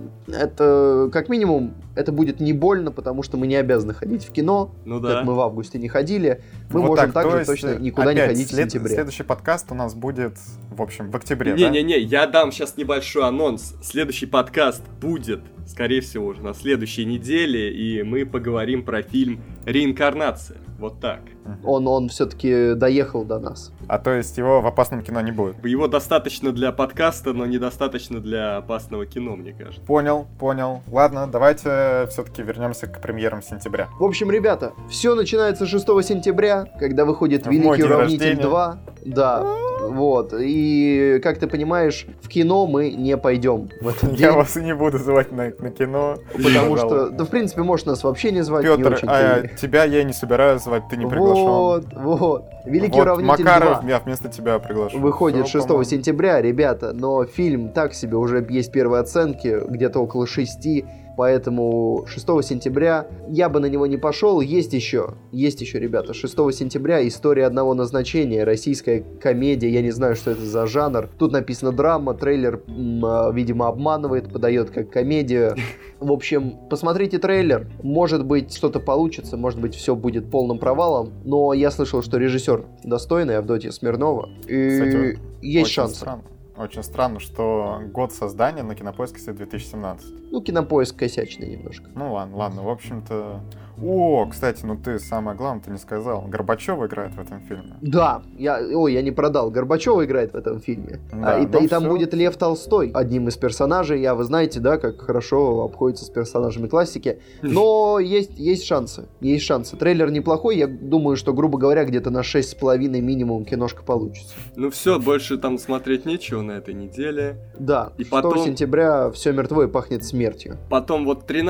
это, как минимум, это будет не больно, потому что мы не обязаны ходить в кино, как мы в августе не ходили. Мы вот можем так, также точно никуда не ходить в сентябре. Следующий подкаст у нас будет, в общем, в октябре, Не-не-не, я дам сейчас небольшой анонс. Следующий подкаст будет, скорее всего, уже на следующей неделе, и мы поговорим про фильм «Реинкарнация». Вот так. Он все-таки доехал до нас. А то есть его в опасном кино не будет? Его достаточно для подкаста, но недостаточно для опасного кино, мне кажется. Понял. Ладно, давайте все-таки вернемся к премьерам сентября. В общем, ребята, все начинается 6 сентября, когда выходит «Великий уравнитель 2». Да, вот. И, как ты понимаешь, в кино мы не пойдем в этот день. Я вас и не буду звать на кино. Потому что, да, в принципе, можешь нас вообще не звать. Петр, тебя я не собираюсь звать, ты не приглашен. Вот. «Великий уравнитель 2». Макаров, я вместо тебя приглашу. Выходит 6 сентября, ребята, но фильм так себе, уже есть первые оценки, где-то около 6. Поэтому 6 сентября я бы на него не пошел. Есть еще, ребята, 6 сентября «История одного назначения», российская комедия, я не знаю, что это за жанр. Тут написано драма, трейлер, видимо, обманывает, подает как комедию. В общем, посмотрите трейлер, может быть, что-то получится, может быть, все будет полным провалом, но я слышал, что режиссер достойный, Авдотья Смирнова, и кстати, есть шансы. Очень странно, что год создания на Кинопоиске стоит 2017. Ну, Кинопоиск косячный немножко. Ну ладно, в общем-то... О, кстати, ты самое главное, ты не сказал. Горбачева играет в этом фильме. Да, я не продал. Горбачева играет в этом фильме. Да, и там будет Лев Толстой, одним из персонажей. Вы знаете, да, как хорошо обходится с персонажами классики. Но есть шансы. Есть шансы. Трейлер неплохой. Я думаю, что, грубо говоря, где-то на 6,5 минимум киношка получится. Ну все, больше там смотреть нечего на этой неделе. Да, и 6 потом... сентября все мертво и пахнет смертью. Потом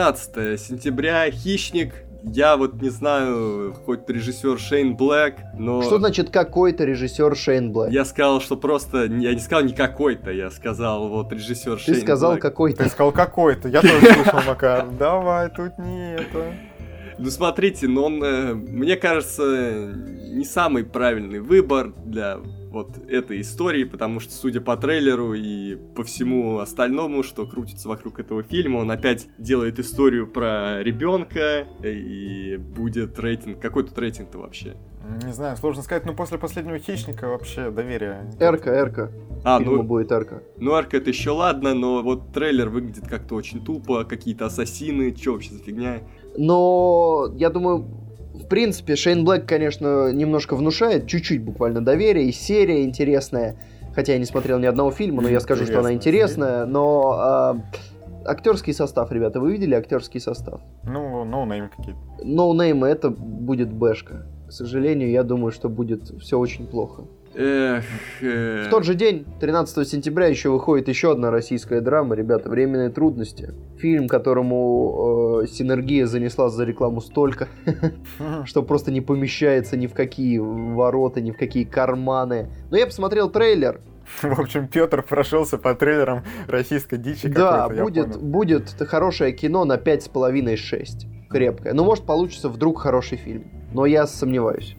13 сентября «Хищник». Я не знаю, хоть режиссер Шейн Блэк, но... Что значит какой-то режиссер Шейн Блэк? Я сказал, что просто... Я не сказал не какой-то, я сказал режиссер Шейн Блэк. Ты сказал какой-то. Ты сказал какой-то, я тоже слышал, Макар. Давай, тут не это... Ну смотрите, он, мне кажется, не самый правильный выбор для этой истории, потому что, судя по трейлеру и по всему остальному, что крутится вокруг этого фильма, он опять делает историю про ребенка, и будет рейтинг... Какой тут рейтинг-то вообще? Не знаю, сложно сказать, но после «Последнего хищника» вообще доверие... Эрка. фильма будет Эрка. Ну, Эрка это еще ладно, но вот трейлер выглядит как-то очень тупо, какие-то ассасины, что вообще за фигня? Но, я думаю, в принципе, Шейн Блэк, конечно, немножко внушает, чуть-чуть буквально доверие, и серия интересная, хотя я не смотрел ни одного фильма, но я скажу, что она интересная, но... Актерский состав, ребята, вы видели актерский состав? Ну, ноунеймы какие-то. Ноунеймы, это будет бэшка. К сожалению, я думаю, что будет все очень плохо. В тот же день, 13 сентября, еще выходит еще одна российская драма, ребята, «Временные трудности». Фильм, которому Синергия занесла за рекламу столько, что просто не помещается ни в какие ворота, ни в какие карманы. Но я посмотрел трейлер. В общем, Петр прошелся по трейлерам российской дичи. Да, будет хорошее кино на 5,5-6. Крепкое. Ну, может, получится вдруг хороший фильм. Но я сомневаюсь.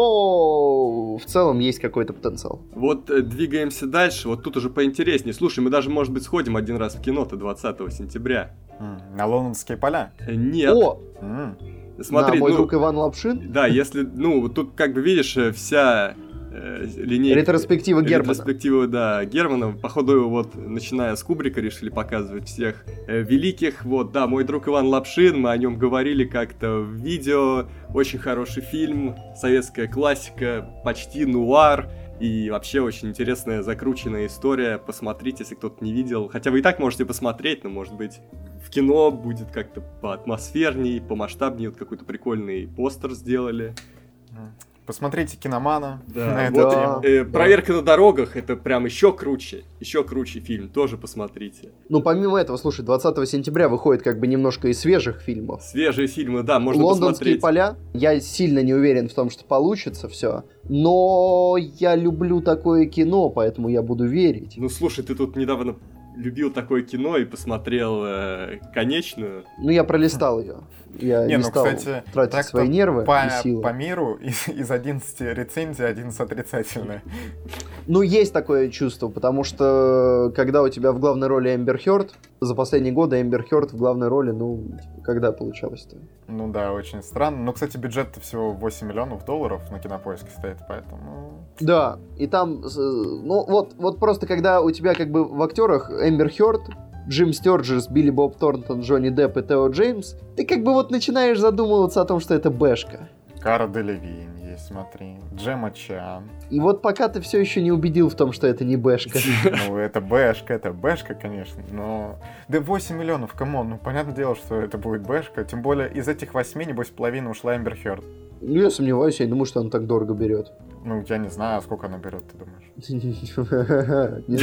Но в целом есть какой-то потенциал. Вот двигаемся дальше. Вот тут уже поинтереснее. Слушай, мы даже, может быть, сходим один раз в кино-то 20 сентября. На Лондонские поля? Нет. О! Смотри, мой друг Иван Лапшин? Да, если, тут, как бы, видишь, вся линейка... Ретроспектива Германа. Ретроспектива, да, Германа. Походу, вот, начиная с Кубрика, решили показывать всех великих. Вот, да, мой друг Иван Лапшин, мы о нем говорили как-то в видео. Очень хороший фильм, советская классика, почти нуар. И вообще очень интересная, закрученная история. Посмотрите, если кто-то не видел. Хотя вы и так можете посмотреть, но, может быть, в кино будет как-то поатмосферней, помасштабнее. Вот какой-то прикольный постер сделали. Посмотрите «Киномана». Да, вот, «Проверка на дорогах» — это прям еще круче фильм, тоже посмотрите. Ну, помимо этого, слушай, 20 сентября выходит как бы немножко из свежих фильмов. Свежие фильмы, да, можно «Лондонские посмотреть. поля». Я сильно не уверен в том, что получится все, но я люблю такое кино, поэтому я буду верить. Ну, слушай, ты тут недавно любил такое кино и посмотрел «Конечную». Ну, я пролистал ее. Я не стал тратить свои нервы и силы. По миру из 11 рецензий 11 отрицательные. Ну, есть такое чувство, потому что когда у тебя в главной роли Эмбер Хёрд, за последние годы Эмбер Хёрд в главной роли, когда получалось-то? Ну да, очень странно. Но, кстати, бюджет-то всего $8 миллионов на Кинопоиске стоит, поэтому... Да, и там, вот просто когда у тебя как бы в актерах Эмбер Хёрд, Джим Стёрджес, Билли Боб Торнтон, Джонни Депп и Тео Джеймс, ты как бы вот начинаешь задумываться о том, что это бэшка. Кара Делевинь есть, смотри, Джема Чан. И вот пока ты все еще не убедил в том, что это не бэшка. Ну, это бэшка, конечно, но... Да 8 миллионов, камон, понятное дело, что это будет бэшка, тем более из этих 8, небось, половина ушла Эмбер Хёрд. Ну, я сомневаюсь, я не думаю, что она так дорого берет. Ну, я не знаю, сколько она берет, ты думаешь? Не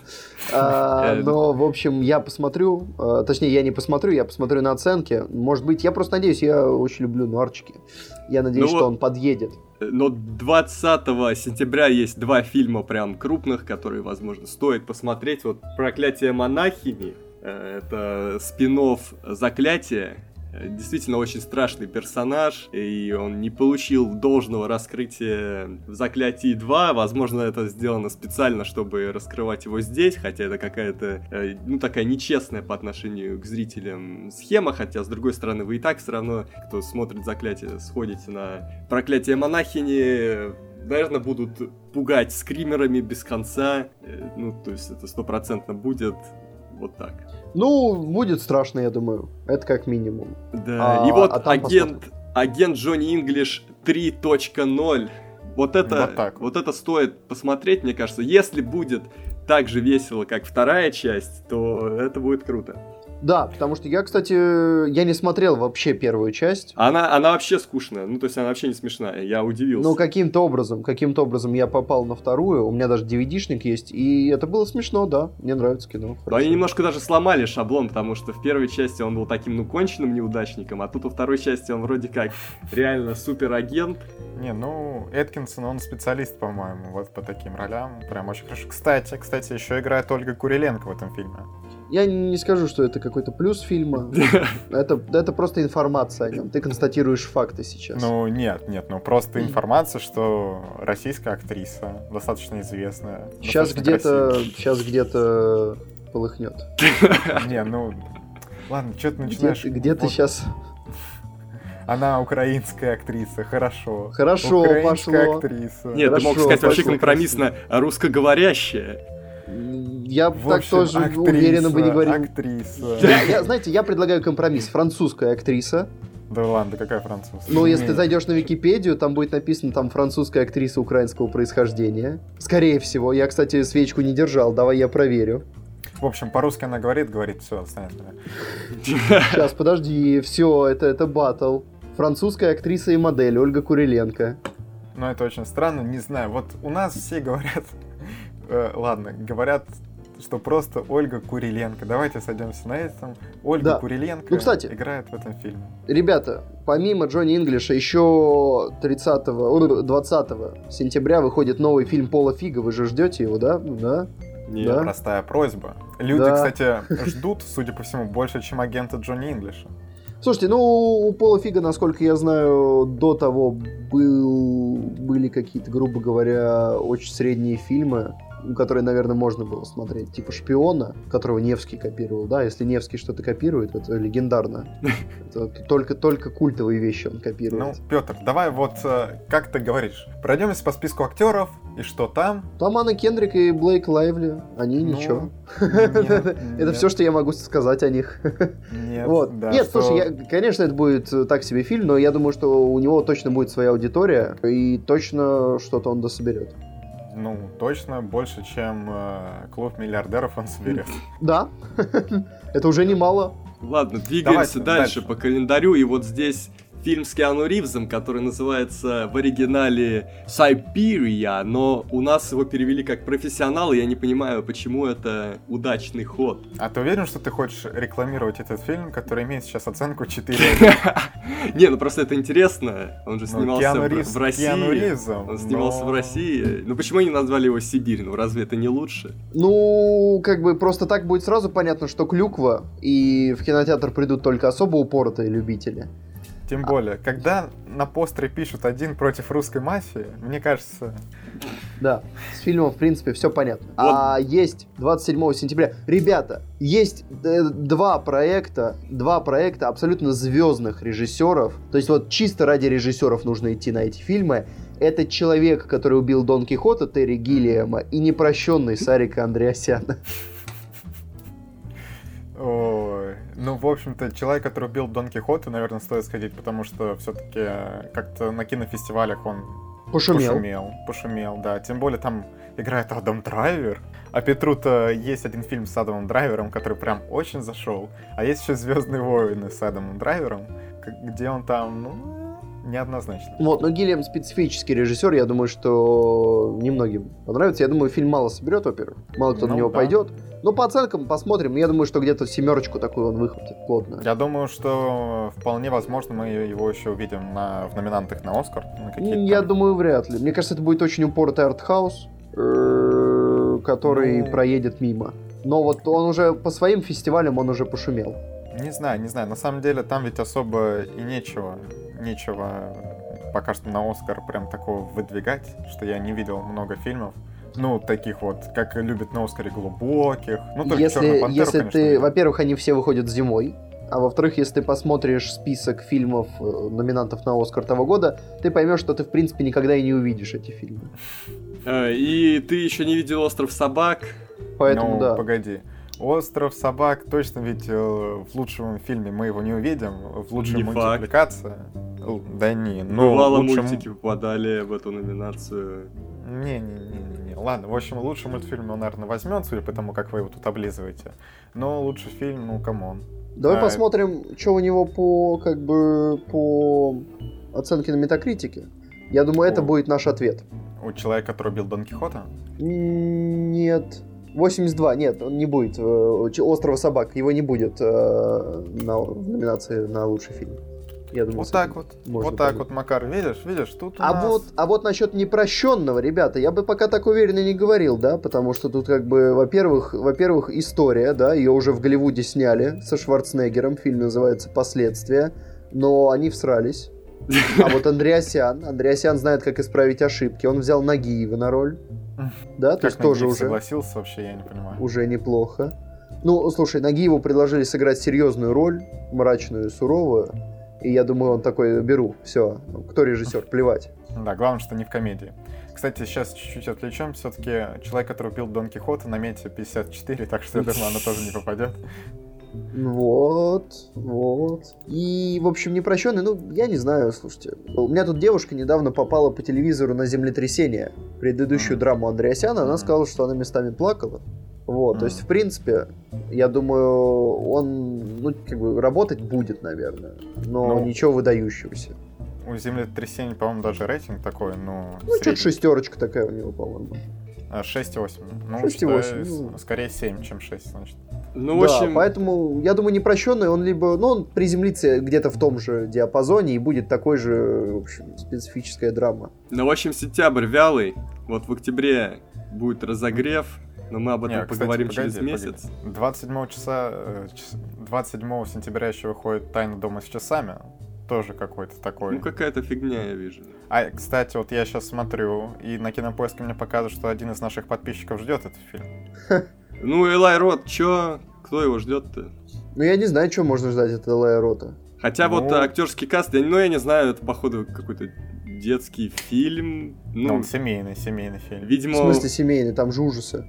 знаю. Но, в общем, я посмотрю, точнее, я не посмотрю, я посмотрю на оценки. Может быть, я просто надеюсь, я очень люблю нуарчики. Я надеюсь, что он подъедет. Но 20 сентября есть 2 фильма прям крупных, которые, возможно, стоит посмотреть. Вот «Проклятие монахини», это спин-офф «Заклятие». Действительно очень страшный персонаж, и он не получил должного раскрытия в «Заклятии 2». Возможно, это сделано специально, чтобы раскрывать его здесь, хотя это какая-то, такая нечестная по отношению к зрителям схема, хотя, с другой стороны, вы и так все равно, кто смотрит «Заклятие», сходите на «Проклятие монахини», наверное, будут пугать скримерами без конца, то есть это 100% будет вот так. Ну, будет страшно, я думаю. Это как минимум. Да, и вот агент Джонни Инглиш 3.0. Вот это стоит посмотреть, мне кажется. Если будет так же весело, как вторая часть, то это будет круто. Да, потому что я, кстати, не смотрел вообще первую часть. Она вообще скучная, то есть она вообще не смешная, я удивился. Ну, каким-то образом я попал на вторую, у меня даже DVD-шник есть, и это было смешно, да, мне нравится кино. Но они немножко даже сломали шаблон, потому что в первой части он был таким, конченным неудачником, а тут во второй части он вроде как реально суперагент. Эткинсон, он специалист, по-моему, вот по таким ролям, прям очень хорошо. Кстати, еще играет Ольга Куриленко в этом фильме. Я не скажу, что это какой-то плюс фильма. Это просто информация о нем. Ты констатируешь факты сейчас. Нет, просто информация, что российская актриса, достаточно известная. Сейчас где-то полыхнет. Ладно, что ты начинаешь? Где ты сейчас... Она украинская актриса, хорошо. Хорошо, украинская пошло. Актриса. Нет, ты мог сказать вообще компромиссно русскоговорящая. Я В так общем, тоже уверенно бы не говорил. Актриса. Знаете, я предлагаю компромисс. Французская актриса. Да ладно, какая французская? Ну, если ты зайдешь на Википедию, там будет написано там французская актриса украинского происхождения. Скорее всего. Я, кстати, свечку не держал. Давай я проверю. В общем, по-русски она говорит, все, отстанет. Сейчас, подожди. Все, это баттл. Французская актриса и модель Ольга Куриленко. Ну, это очень странно, не знаю. Вот у нас все говорят... Ладно, говорят, что просто Ольга Куриленко. Давайте сойдемся на этом. Ольга Куриленко играет в этом фильме. Ребята, помимо Джонни Инглиша, еще 20 сентября выходит новый фильм Пола Фига. Вы же ждете его, да? Да. Нет, простая просьба. Люди, кстати, ждут, судя по всему, больше, чем агента Джонни Инглиша. Слушайте, у Пола Фига, насколько я знаю, до того были какие-то, грубо говоря, очень средние фильмы, которые, наверное, можно было смотреть. Типа «Шпиона», которого Невский копировал, да? Если Невский что-то копирует, это легендарно. Это только культовые вещи он копирует. Ну, Петр, давай вот, как ты говоришь, пройдемся по списку актеров, и что там? Там Анна Кендрик и Блейк Лайвли. Они ничего. Это все, что я могу сказать о них. Нет, слушай, конечно, это будет так себе фильм, но я думаю, что у него точно будет своя аудитория, и точно что-то он дособерет. Ну, точно больше, чем клуб миллиардеров он соберет. Да, это уже немало. Ладно, двигаемся дальше по календарю, и вот здесь фильм с Киану Ривзом, который называется в оригинале «Siberia», но у нас его перевели как «Профессионал», и я не понимаю, почему это удачный ход. А ты уверен, что ты хочешь рекламировать этот фильм, который имеет сейчас оценку 4? Не, ну просто это интересно. Он же снимался в России. Киану Ривзом. Он снимался в России. Ну почему они назвали его «Сибирь»? Ну разве это не лучше? Ну, как бы просто так будет сразу понятно, что клюква, и в кинотеатр придут только особо упоротые любители. Тем более, когда на постере пишут «Один против русской мафии», мне кажется... Да, с фильмом, в принципе, все понятно. Вот. А есть 27 сентября. Ребята, есть два проекта абсолютно звездных режиссеров. То есть вот чисто ради режиссеров нужно идти на эти фильмы. Это «Человек, который убил Дон Кихота» Терри Гиллиама и «Непрощенный» Сарика Андреасяна. Ой, ну, в общем-то, «Человек, который убил Дон Кихота», наверное, стоит сходить, потому что все-таки как-то на кинофестивалях он пошумел, да. Тем более там играет Адам Драйвер. А Петру-то есть один фильм с Адамом Драйвером, который прям очень зашел. А есть еще «Звездные войны» с Адамом Драйвером, где он там, неоднозначно. Вот, но Гиллиам специфический режиссер, я думаю, что немногим понравится. Я думаю, фильм мало соберет, во-первых. Мало кто на него пойдет. Но по оценкам посмотрим. Я думаю, что где-то 7 такую он выхватит плотно. Я думаю, что вполне возможно мы его еще увидим в номинантах на Оскар. Я думаю, вряд ли. Мне кажется, это будет очень упоротый артхаус, который проедет мимо. Но вот он уже по своим фестивалям он уже пошумел. Не знаю. На самом деле там ведь особо и нечего пока что на Оскар прям такого выдвигать, что я не видел много фильмов. Ну, таких вот, как любят на Оскаре, глубоких. Ну, только «Черную пантеру», если конечно. ты, во-первых, они все выходят зимой, а во-вторых, если ты посмотришь список фильмов, номинантов на Оскар того года, ты поймешь, что ты, в принципе, никогда и не увидишь эти фильмы. И ты еще не видел «Остров собак». Поэтому, да. Погоди. «Остров собак» точно ведь в лучшем фильме мы его не увидим, в лучшей мультипликации. Да не, бывало, мультики попадали в эту номинацию. Не. Ладно, в общем, лучший мультфильм он, наверное, возьмет, судя по тому, как вы его тут облизываете. Но лучший фильм, камон. Давай посмотрим, что у него по оценке на Метакритике. Я думаю, это будет наш ответ. У «Человека, который убил Дон Кихота»? Нет. 82. Нет, он не будет. «Острова собак». Его не будет в номинации на лучший фильм. Я думаю, вот так вот, Макар, видишь, тут у нас... А вот насчет «Непрощенного», ребята, я бы пока так уверенно не говорил, да, потому что тут как бы, во-первых, история, да, ее уже в Голливуде сняли со Шварценеггером, фильм называется «Последствия», но они всрались. А вот Андреасян знает, как исправить ошибки, он взял Нагиева на роль, да, то есть тоже уже... согласился вообще, я не понимаю. Уже неплохо. Ну, слушай, Нагиеву предложили сыграть серьезную роль, мрачную, суровую. И я думаю, он такой, беру, все, кто режиссер, плевать. Да, главное, что не в комедии. Кстати, сейчас чуть-чуть отвлечем. Все-таки человек, который убил Дон Кихота, на мете 54, так что я думаю, она тоже не попадет. Вот. И, в общем, непрощенный, я не знаю, слушайте. У меня тут девушка недавно попала по телевизору на землетрясение. Предыдущую драму Андреасяна, она сказала, что она местами плакала. Вот, то есть, в принципе, я думаю, он, работать будет, наверное, но ничего выдающегося. У землетрясения, по-моему, даже рейтинг такой, что-то 6 такая у него, по-моему. 6,8. 6,8. Скорее 7, чем 6, значит. В общем... поэтому, я думаю, непрощенный, он либо... он приземлится где-то в том же диапазоне, и будет такой же, в общем, специфическая драма. В общем, сентябрь вялый, вот в октябре будет разогрев, но мы об этом поговорим через месяц. 27 сентября еще выходит «Тайна дома с часами». Тоже какой-то такой. Какая-то фигня, я вижу. Кстати, вот я сейчас смотрю, и на Кинопоиске мне показывают, что один из наших подписчиков ждет этот фильм. Элай Рот, чё? Кто его ждет-то? Я не знаю, что можно ждать от Элая Рота. Хотя актерский каст, я не знаю, это походу какой-то детский фильм. Он семейный фильм. Видимо... В смысле семейный? Там же ужасы.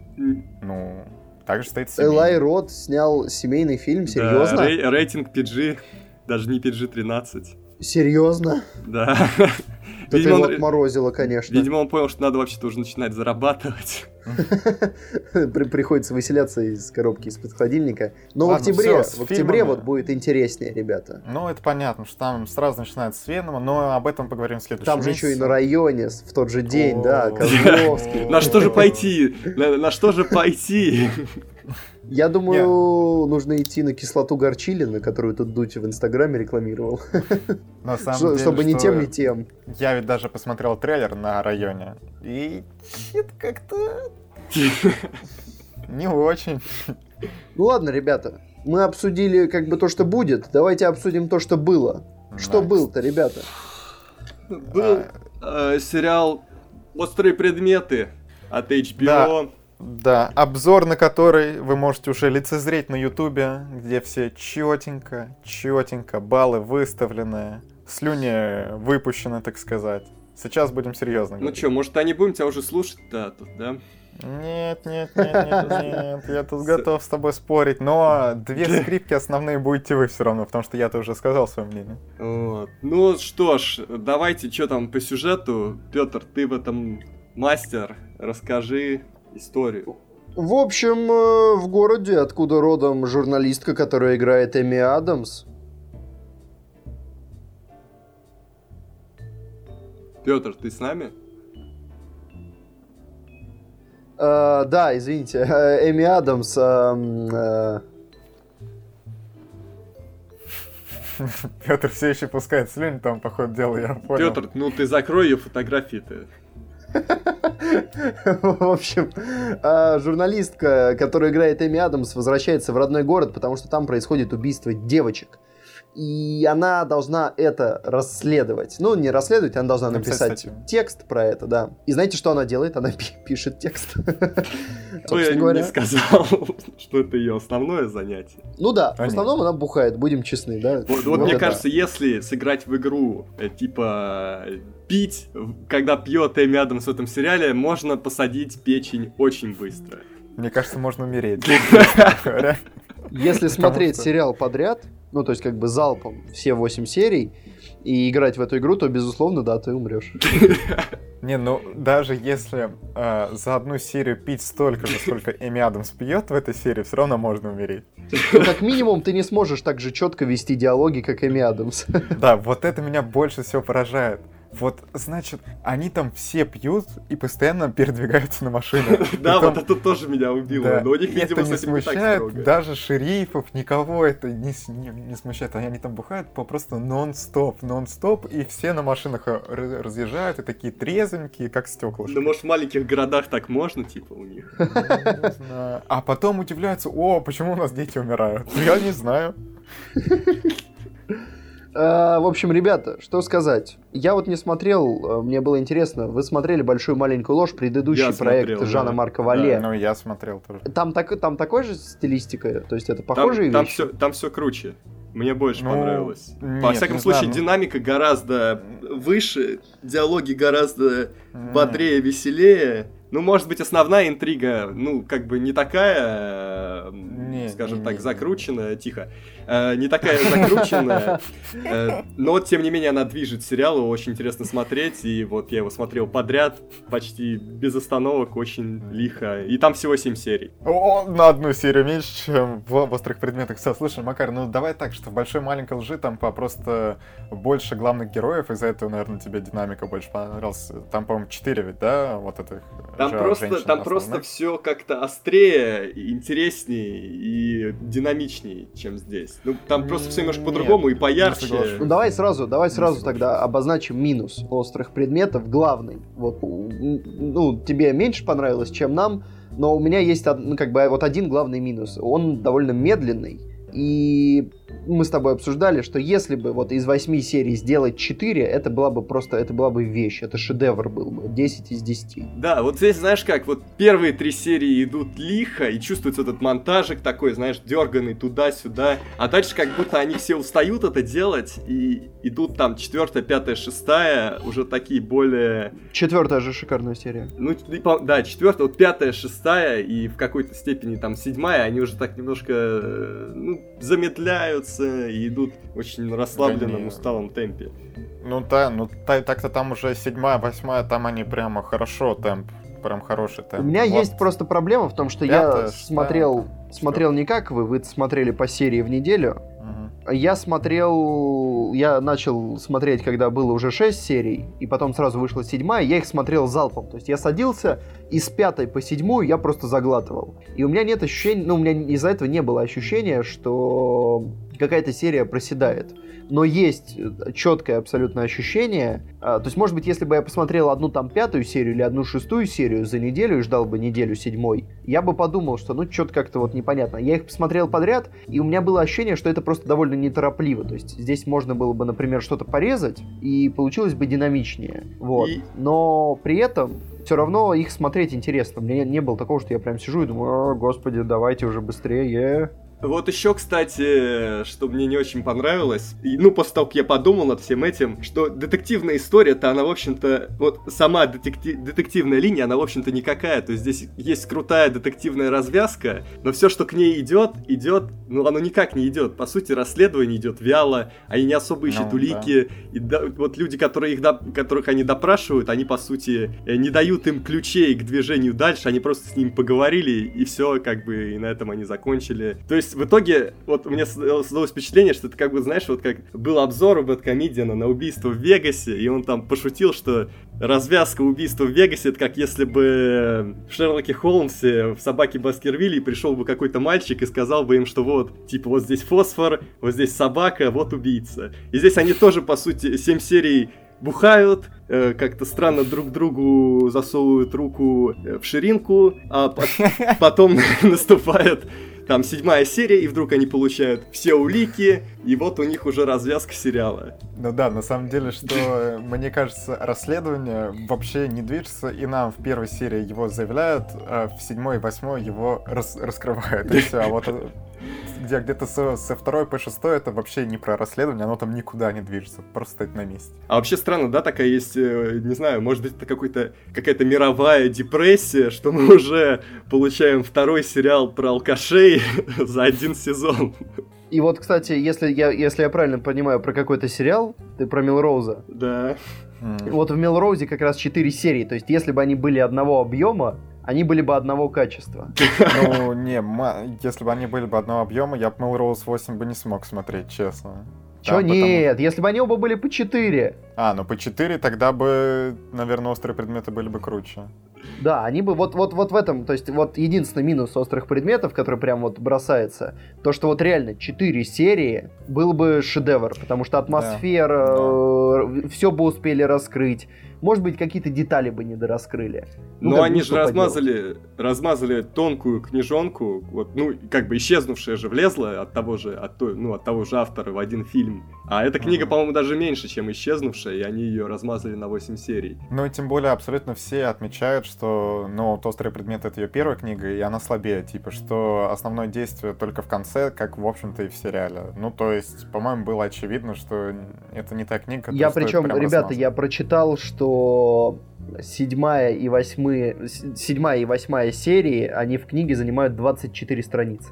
Также стоит семейный. Элай Рот снял семейный фильм? Серьезно? Да, рейтинг PG, даже не PG-13. Серьезно? Да. Это его отморозило, конечно. Видимо, он понял, что надо вообще-то уже начинать зарабатывать. Приходится выселяться из коробки из-под холодильника. Но в октябре будет интереснее, ребята. Это понятно, что там сразу начинается с Венома, но об этом поговорим в следующем месяце. Там же еще и на районе, в тот же день, да, Козловский. На что же пойти? На что же пойти? Я думаю, нужно идти на кислоту горчилина, которую тут Дудь в Инстаграме рекламировал. Чтобы ни тем, ни тем. Я ведь даже посмотрел трейлер на районе. И это как-то... не очень. Ладно, ребята. Мы обсудили то, что будет. Давайте обсудим то, что было. Что было-то, ребята? Был сериал «Острые предметы» от HBO. Да, обзор на который вы можете уже лицезреть на Ютубе, где все четенько, баллы выставлены, слюни выпущены, так сказать. Сейчас будем серьезно говорить. Может, не будем тебя уже слушать, да? Нет, я тут готов с тобой спорить, но 2 скрипки основные будете вы все равно, потому что я-то уже сказал свое мнение. Вот. Что ж, давайте, что там по сюжету. Петр, ты в этом мастер, расскажи историю. В общем, в городе, откуда родом журналистка, которая играет Эми Адамс. Петр, ты с нами? Да, извините. Эми Адамс. Петр все еще пускает слюни, там, по ходу дела, я понял. Петр, ты закрой ее фотографии-то. В общем, журналистка, которая играет Эми Адамс, возвращается в родной город, потому что там происходит убийство девочек. И она должна это расследовать. Не расследовать, она должна написать текст про это, да. И знаете, что она делает? Она пишет текст. Я не сказал, что это ее основное занятие. В основном она бухает, будем честны, да. Вот мне кажется, если сыграть в игру, типа пить, когда пьет Эми Адамс в этом сериале, можно посадить печень очень быстро. Мне кажется, можно умереть. Если смотреть сериал подряд, то есть залпом все 8 серий, и играть в эту игру, то, безусловно, да, ты умрешь. Даже если за одну серию пить столько же, сколько Эми Адамс пьет в этой серии, все равно можно умереть. Как минимум, ты не сможешь так же четко вести диалоги, как Эми Адамс. Да, вот это меня больше всего поражает. Значит, они там все пьют и постоянно передвигаются на машинах. Да, вот это тоже меня убило. Но у них, видимо, с этим не так строго. Даже шерифов, никого это не смущает. Они там бухают просто нон-стоп, и все на машинах разъезжают, и такие трезвенькие, как стеклышки. Может, в маленьких городах так можно, типа, у них? Не знаю. А потом удивляются, почему у нас дети умирают? Я не знаю. В общем, ребята, что сказать. Я не смотрел, мне было интересно. Вы смотрели «Большую маленькую ложь», предыдущий проект Жана Марка Вале? Я смотрел тоже. Там такой же стилистика? То есть это похожие вещи? Там все круче. Мне больше понравилось. Нет, Во всяком случае, знаю, динамика гораздо выше, диалоги гораздо бодрее, веселее. Ну, может быть, основная интрига, ну, как бы не такая, скажем так, закрученная, тихо, не такая закрученная, но, тем не менее, она движет сериал, его очень интересно смотреть, и вот я его смотрел подряд, почти без остановок, очень лихо, и там всего 7 серий. На одну серию меньше, чем в «Острых предметах». Слушай, Макар, ну давай так, что в «Большой маленькой лжи» там просто больше главных героев, из-за этого, наверное, тебе динамика больше понравилась. Там, по-моему, 4 ведь, да, вот этих... Там просто все как-то острее, интереснее и динамичнее, чем здесь. Ну, там просто все немножко по-другому и поярче. Ну, давай сразу тогда обозначим минус «Острых предметов», главный. Вот, ну, тебе меньше понравилось, чем нам, но у меня есть вот один главный минус. Он довольно медленный. И мы с тобой обсуждали, что если бы вот из 8 серий сделать 4, это была бы вещь, это шедевр был бы, 10 из 10. Да, вот здесь, знаешь как, вот первые 3 серии идут лихо, и чувствуется этот монтажик такой, знаешь, дерганый туда-сюда, а дальше как будто они все устают это делать, и идут там 4, 5, 6, уже такие более... 4 же шикарная серия. Ну, да, 4, вот 5, 6 и в какой-то степени там 7, они уже так немножко, замедляются и идут в очень расслабленном, усталом темпе. Так-то там уже 7, 8, там они прямо хорошо темп, прям хороший темп. У меня есть просто проблема в том, что 5, я смотрел не как вы смотрели по серии в неделю. Я начал смотреть, когда было уже 6 серий, и потом сразу вышла 7, я их смотрел залпом. То есть я садился, и с 5 по 7 я просто заглатывал. И у меня нет ощущения, у меня из-за этого не было ощущения, что какая-то серия проседает. Но есть четкое абсолютно ощущение. То есть, может быть, если бы я посмотрел одну там 5 серию или одну 6 серию за неделю и ждал бы неделю 7, я бы подумал, что что-то как-то вот непонятно. Я их посмотрел подряд, и у меня было ощущение, что это просто довольно неторопливо. То есть, здесь можно было бы, например, что-то порезать, и получилось бы динамичнее. Вот. Но при этом все равно их смотреть интересно. У меня не было такого, что я прям сижу и думаю: господи, давайте уже быстрее. Вот еще, кстати, что мне не очень понравилось, после того, как я подумал над всем этим, что детективная история-то, она, в общем-то, вот сама детективная линия, она, в общем-то, никакая. То есть здесь есть крутая детективная развязка, но все, что к ней идет, оно никак не идет. По сути, расследование идет вяло, они не особо ищут улики. Да. И вот люди, которых они допрашивают, они, по сути, не дают им ключей к движению дальше, они просто с ними поговорили, и все, как бы, и на этом они закончили. То есть в итоге, вот у меня создалось впечатление, что это как бы, знаешь, вот как был обзор у Бэдкомедиана на убийство в Вегасе, и он там пошутил, что развязка убийства в Вегасе — это как если бы в Шерлоке Холмсе в «Собаке Баскервилей» пришел бы какой-то мальчик и сказал бы им, что вот, типа, вот здесь фосфор, вот здесь собака, вот убийца. И здесь они тоже, по сути, 7 серий бухают, как-то странно друг другу засовывают руку в ширинку, а потом наступает там 7 серия, и вдруг они получают все улики, и вот у них уже развязка сериала. Ну да, на самом деле, что, мне кажется, расследование вообще не движется, и нам в первой серии его заявляют, а в 7 и 8 его раскрывают, и все, а вот где-то со 2 по 6 это вообще не про расследование, оно там никуда не движется, просто стоит на месте. А вообще странно, да, такая есть, не знаю, может быть, это какая-то мировая депрессия, что мы уже получаем 2 сериал про алкашей за 1 сезон. И вот, кстати, если я правильно понимаю про какой-то сериал, ты про Мелроуза. Да. Вот в Мелроузе как раз 4 серии, то есть если бы они были одного объема, они были бы одного качества. Ну, если бы они были бы одного объема, я бы Melrose 8 бы не смог смотреть, честно. Чё, нет, если бы они оба были по 4. По 4, тогда бы, наверное, «Острые предметы» были бы круче. Да, они бы вот в этом, то есть вот единственный минус «Острых предметов», который прям вот бросается, то, что вот реально 4 серии был бы шедевр, потому что атмосфера, все бы успели раскрыть, может быть, какие-то детали бы не дораскрыли. Но они же размазали тонкую книжонку, вот, ну, как бы исчезнувшая же влезла от того же автора в один фильм. А эта книга, по-моему, даже меньше, чем исчезнувшая, и они ее размазали на 8 серий. Ну и тем более абсолютно все отмечают, что, ну, вот «Острые предметы» — это ее первая книга, и она слабее, типа, что основное действие только в конце, как, в общем-то, и в сериале. Ну, то есть, по-моему, было очевидно, что это не та книга, которую стоит прям ребята, размазать. Я прочитал, что 7 и 8 серии, они в книге занимают 24 страницы.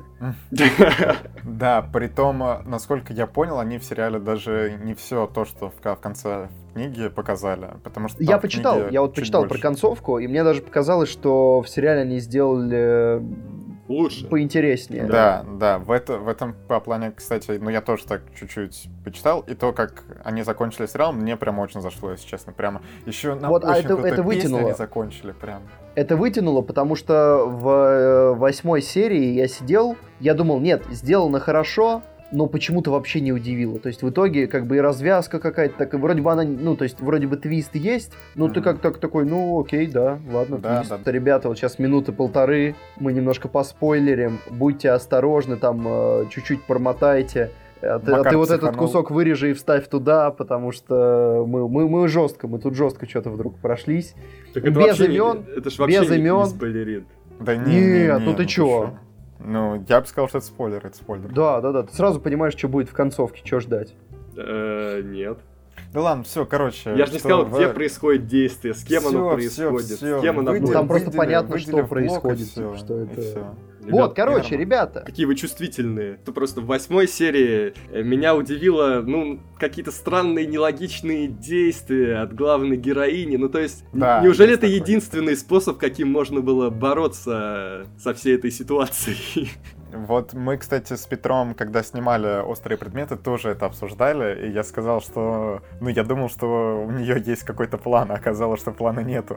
Да, притом, насколько я понял, они в сериале даже не все то, что в конце книги показали, потому что я почитал про концовку, и мне даже показалось, что в сериале они сделали лучше, поинтереснее. Да, в этом по плане, кстати, ну я тоже так чуть-чуть почитал, и то, как они закончили сериал, мне прям очень зашло, если честно, прямо. Еще на вот, очень крутой это песне вытянуло. они закончили прям. Это вытянуло, потому что в 8 серии я сидел, я думал, нет, сделано хорошо, но почему-то вообще не удивило. То есть в итоге как бы и развязка какая-то, так и вроде бы она, ну то есть вроде бы твист есть, но ты как такой, ну окей, да, ладно, твист. Да. Ребята, вот сейчас минуты полторы, мы немножко поспойлерим, будьте осторожны, там чуть-чуть промотайте. А ты вот этот кусок вырежи и вставь туда, потому что мы тут жестко что-то вдруг прошлись. Так это без имен, это ж вообще не спойлерит. Да нет, ну ты чё? Ну, я бы сказал, что это спойлер. Да, ты сразу понимаешь, что будет в концовке, что ждать. Нет. Да ладно, все, короче. Я же не сказал, где происходит действие, с кем оно происходит, с кем оно будет. Там просто понятно, что происходит, что это... Вот, короче, ребята. Какие вы чувствительные. То просто в 8 серии меня удивило, ну, какие-то странные, нелогичные действия от главной героини. Ну, то есть, неужели это единственный способ, каким можно было бороться со всей этой ситуацией? Вот мы, кстати, с Петром, когда снимали «Острые предметы», тоже это обсуждали, и я сказал, что... Ну, я думал, что у нее есть какой-то план, а оказалось, что плана нету.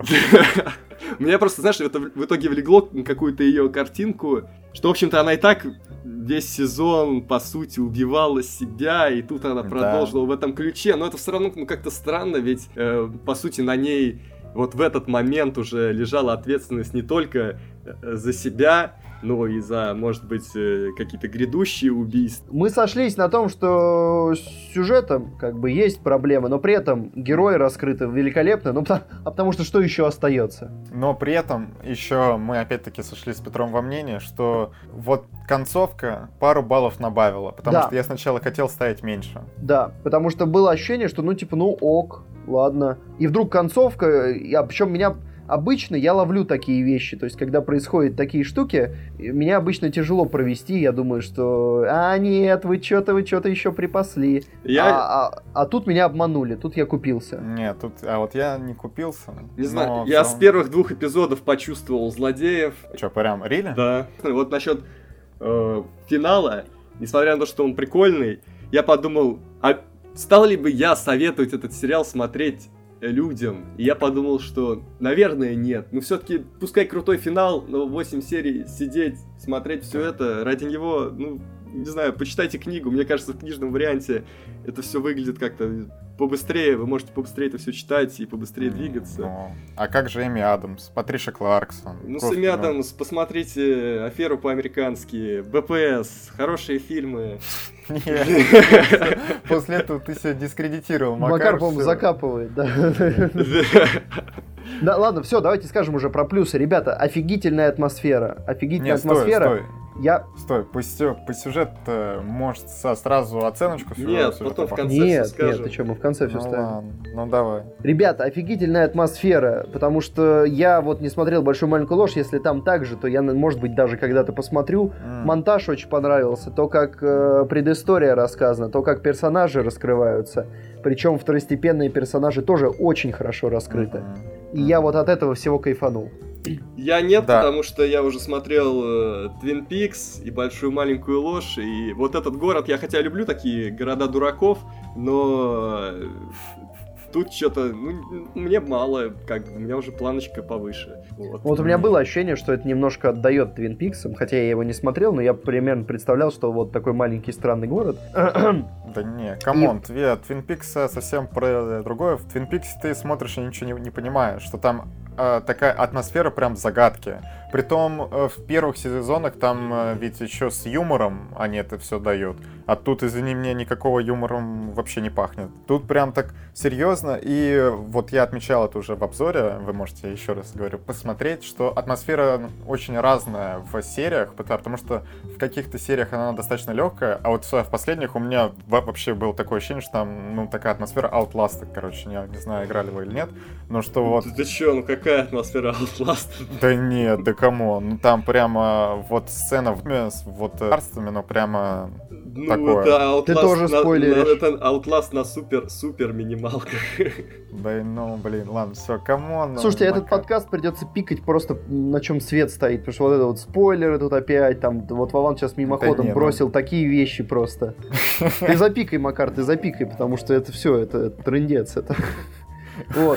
Меня просто, знаешь, это в итоге влегло на какую-то ее картинку, что, в общем-то, она и так весь сезон, по сути, убивала себя, и тут она продолжила в этом ключе. Но это все равно как-то странно, ведь, по сути, на ней вот в этот момент уже лежала ответственность не только за себя, но и за, может быть, какие-то грядущие убийства. Мы сошлись на том, что с сюжетом как бы есть проблемы, но при этом герои раскрыты великолепно, потому что еще остается? Но при этом еще мы опять-таки сошлись с Петром во мнении, что вот концовка пару баллов набавила, потому что я сначала хотел ставить меньше. Да, потому что было ощущение, что ок, ладно. И вдруг концовка, причем меня... Обычно я ловлю такие вещи, то есть, когда происходят такие штуки, меня обычно тяжело провести, я думаю, что нет, вы что-то еще припасли. А тут меня обманули, тут я купился. Нет, вот я не купился. Не знаю, я с первых 2 эпизодов почувствовал злодеев. Что, прям рили? Да. Вот насчет финала, несмотря на то, что он прикольный, я подумал, а стал ли бы я советовать этот сериал смотреть людям? И я подумал, что, наверное, нет. Но все-таки, пускай крутой финал, но 8 серий сидеть, смотреть все это, ради него, ну, не знаю, почитайте книгу. Мне кажется, в книжном варианте это все выглядит как-то побыстрее. Вы можете побыстрее это все читать и побыстрее двигаться. А как же Эми Адамс, Патриша Кларксон? Ну, с Эми Адамс, посмотрите «Аферу по-американски», БПС, хорошие фильмы. Нет, после этого ты себя дискредитировал, Макар. Макар, по-моему, закапывает, да. Да, ладно, все, давайте скажем уже про плюсы. Ребята, офигительная атмосфера. Стой, пусть сюжет может сразу оценочку. Нет, потом в конце все скажем. Нет, ты что, мы в конце все ставим. Ладно, ну давай. Ребята, офигительная атмосфера, потому что я вот не смотрел «Большую маленькую ложь», если там так же, то я, может быть, даже когда-то посмотрю. Монтаж очень понравился, то, как предыстория рассказана, то, как персонажи раскрываются. Причем второстепенные персонажи тоже очень хорошо раскрыты. И я вот от этого всего кайфанул. Я нет, потому что я уже смотрел Twin Peaks и «Большую маленькую ложь», и вот этот город, я хотя люблю такие города дураков, но тут что-то, мне мало, как бы, у меня уже планочка повыше. Вот у меня было ощущение, что это немножко отдает Твин Пиксам, хотя я его не смотрел, но я примерно представлял, что вот такой маленький странный город. Да не, камон, Твин Пикс совсем про другое. В Твин Пиксе ты смотришь и ничего не понимаешь, что там такая атмосфера прям загадки. Притом в первых сезонах там ведь еще с юмором они это все дают. А тут, извини меня, никакого юмором вообще не пахнет. Тут прям так серьезно. И вот я отмечал это уже в обзоре, вы можете еще раз говорю посмотреть, что атмосфера очень разная в сериях, потому что в каких-то сериях она достаточно легкая, а вот в последних у меня вообще было такое ощущение, что там такая атмосфера Outlast, короче, не знаю, играли вы или нет, но что вот... Ты чё, какая атмосфера Outlast? Да нет, да камон, там прямо вот сцена с вот царствами, прямо такое. Это Ты тоже спойлеришь. Это Outlast на супер минималках. Да блин, ладно, все, камон. Слушайте, этот подкаст придется пикать просто на чем свет стоит, потому что вот это вот спойлеры тут опять, там вот Вован сейчас мимоходом бросил такие вещи просто. Ты запикай, Макар, ты запикай, потому что это все, это трындец, это... Вот,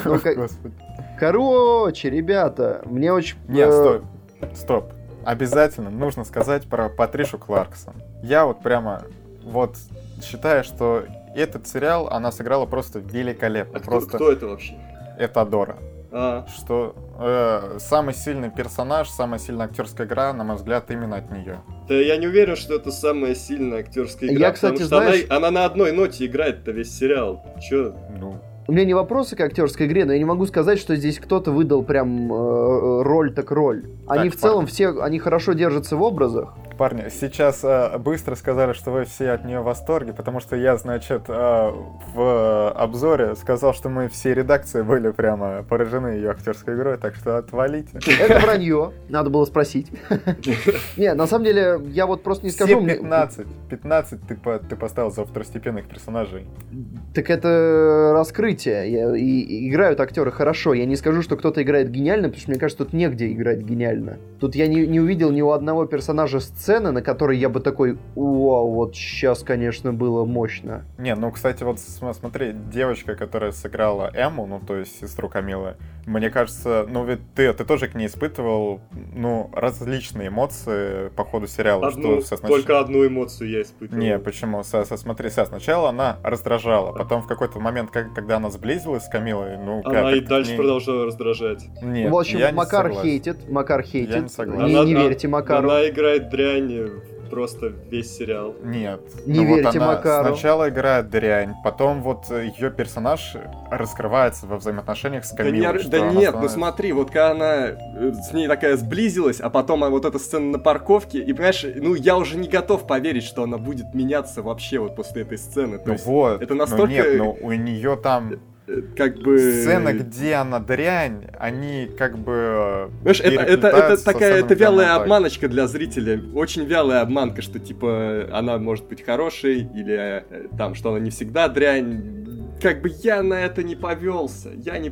короче, ребята, мне очень... Нет, стоп. Обязательно нужно сказать про Патришу Кларксон. Я вот прямо считаю, что этот сериал она сыграла просто великолепно. Кто это вообще? Это Адора. Что самый сильный персонаж, самая сильная актерская игра, на мой взгляд, именно от нее. Да я не уверен, что это самая сильная актерская игра, кстати, потому что она на одной ноте играет-то весь сериал. Чё? У меня не вопросы к актерской игре, но я не могу сказать, что здесь кто-то выдал прям роль так роль. Они в целом все, они хорошо держатся в образах. Парни, сейчас быстро сказали, что вы все от нее в восторге, потому что я, значит, в обзоре сказал, что мы все редакции были прямо поражены ее актерской игрой, так что отвалите. Это вранье, надо было спросить. Не, на самом деле, я вот просто не скажу... Все 15 ты поставил за второстепенных персонажей. Так это раскрытие, и играют актеры хорошо. Я не скажу, что кто-то играет гениально, потому что мне кажется, тут негде играть гениально. Тут я не увидел ни у одного персонажа сцены, на которой я бы такой, вау, вот сейчас, конечно, было мощно. Не, кстати, вот смотри, девочка, которая сыграла Эмму, то есть сестру Камилы, мне кажется, ведь ты тоже к ней испытывал, различные эмоции по ходу сериала. Только одну эмоцию я испытывал. Не, почему? Смотри, сначала она раздражала, потом в какой-то момент, когда она сблизилась с Камилой, она и дальше продолжала раздражать. Нет, в общем, я Макар хейтит. Я не согласен. Не верьте Макару. Она играет дрянь просто весь сериал. Нет. Не верьте она Макару. Сначала играет дрянь, потом ее персонаж раскрывается во взаимоотношениях с Камилой. Смотри, вот когда она с ней такая сблизилась, а потом вот эта сцена на парковке, и понимаешь, я уже не готов поверить, что она будет меняться вообще вот после этой сцены. То есть, это настолько... у нее там... как бы... Сцена, где она дрянь, они как бы... Знаешь, это вялая обманочка для зрителя. Очень вялая обманка, что типа она может быть хорошей, или там, что она не всегда дрянь. Как бы я на это не повелся.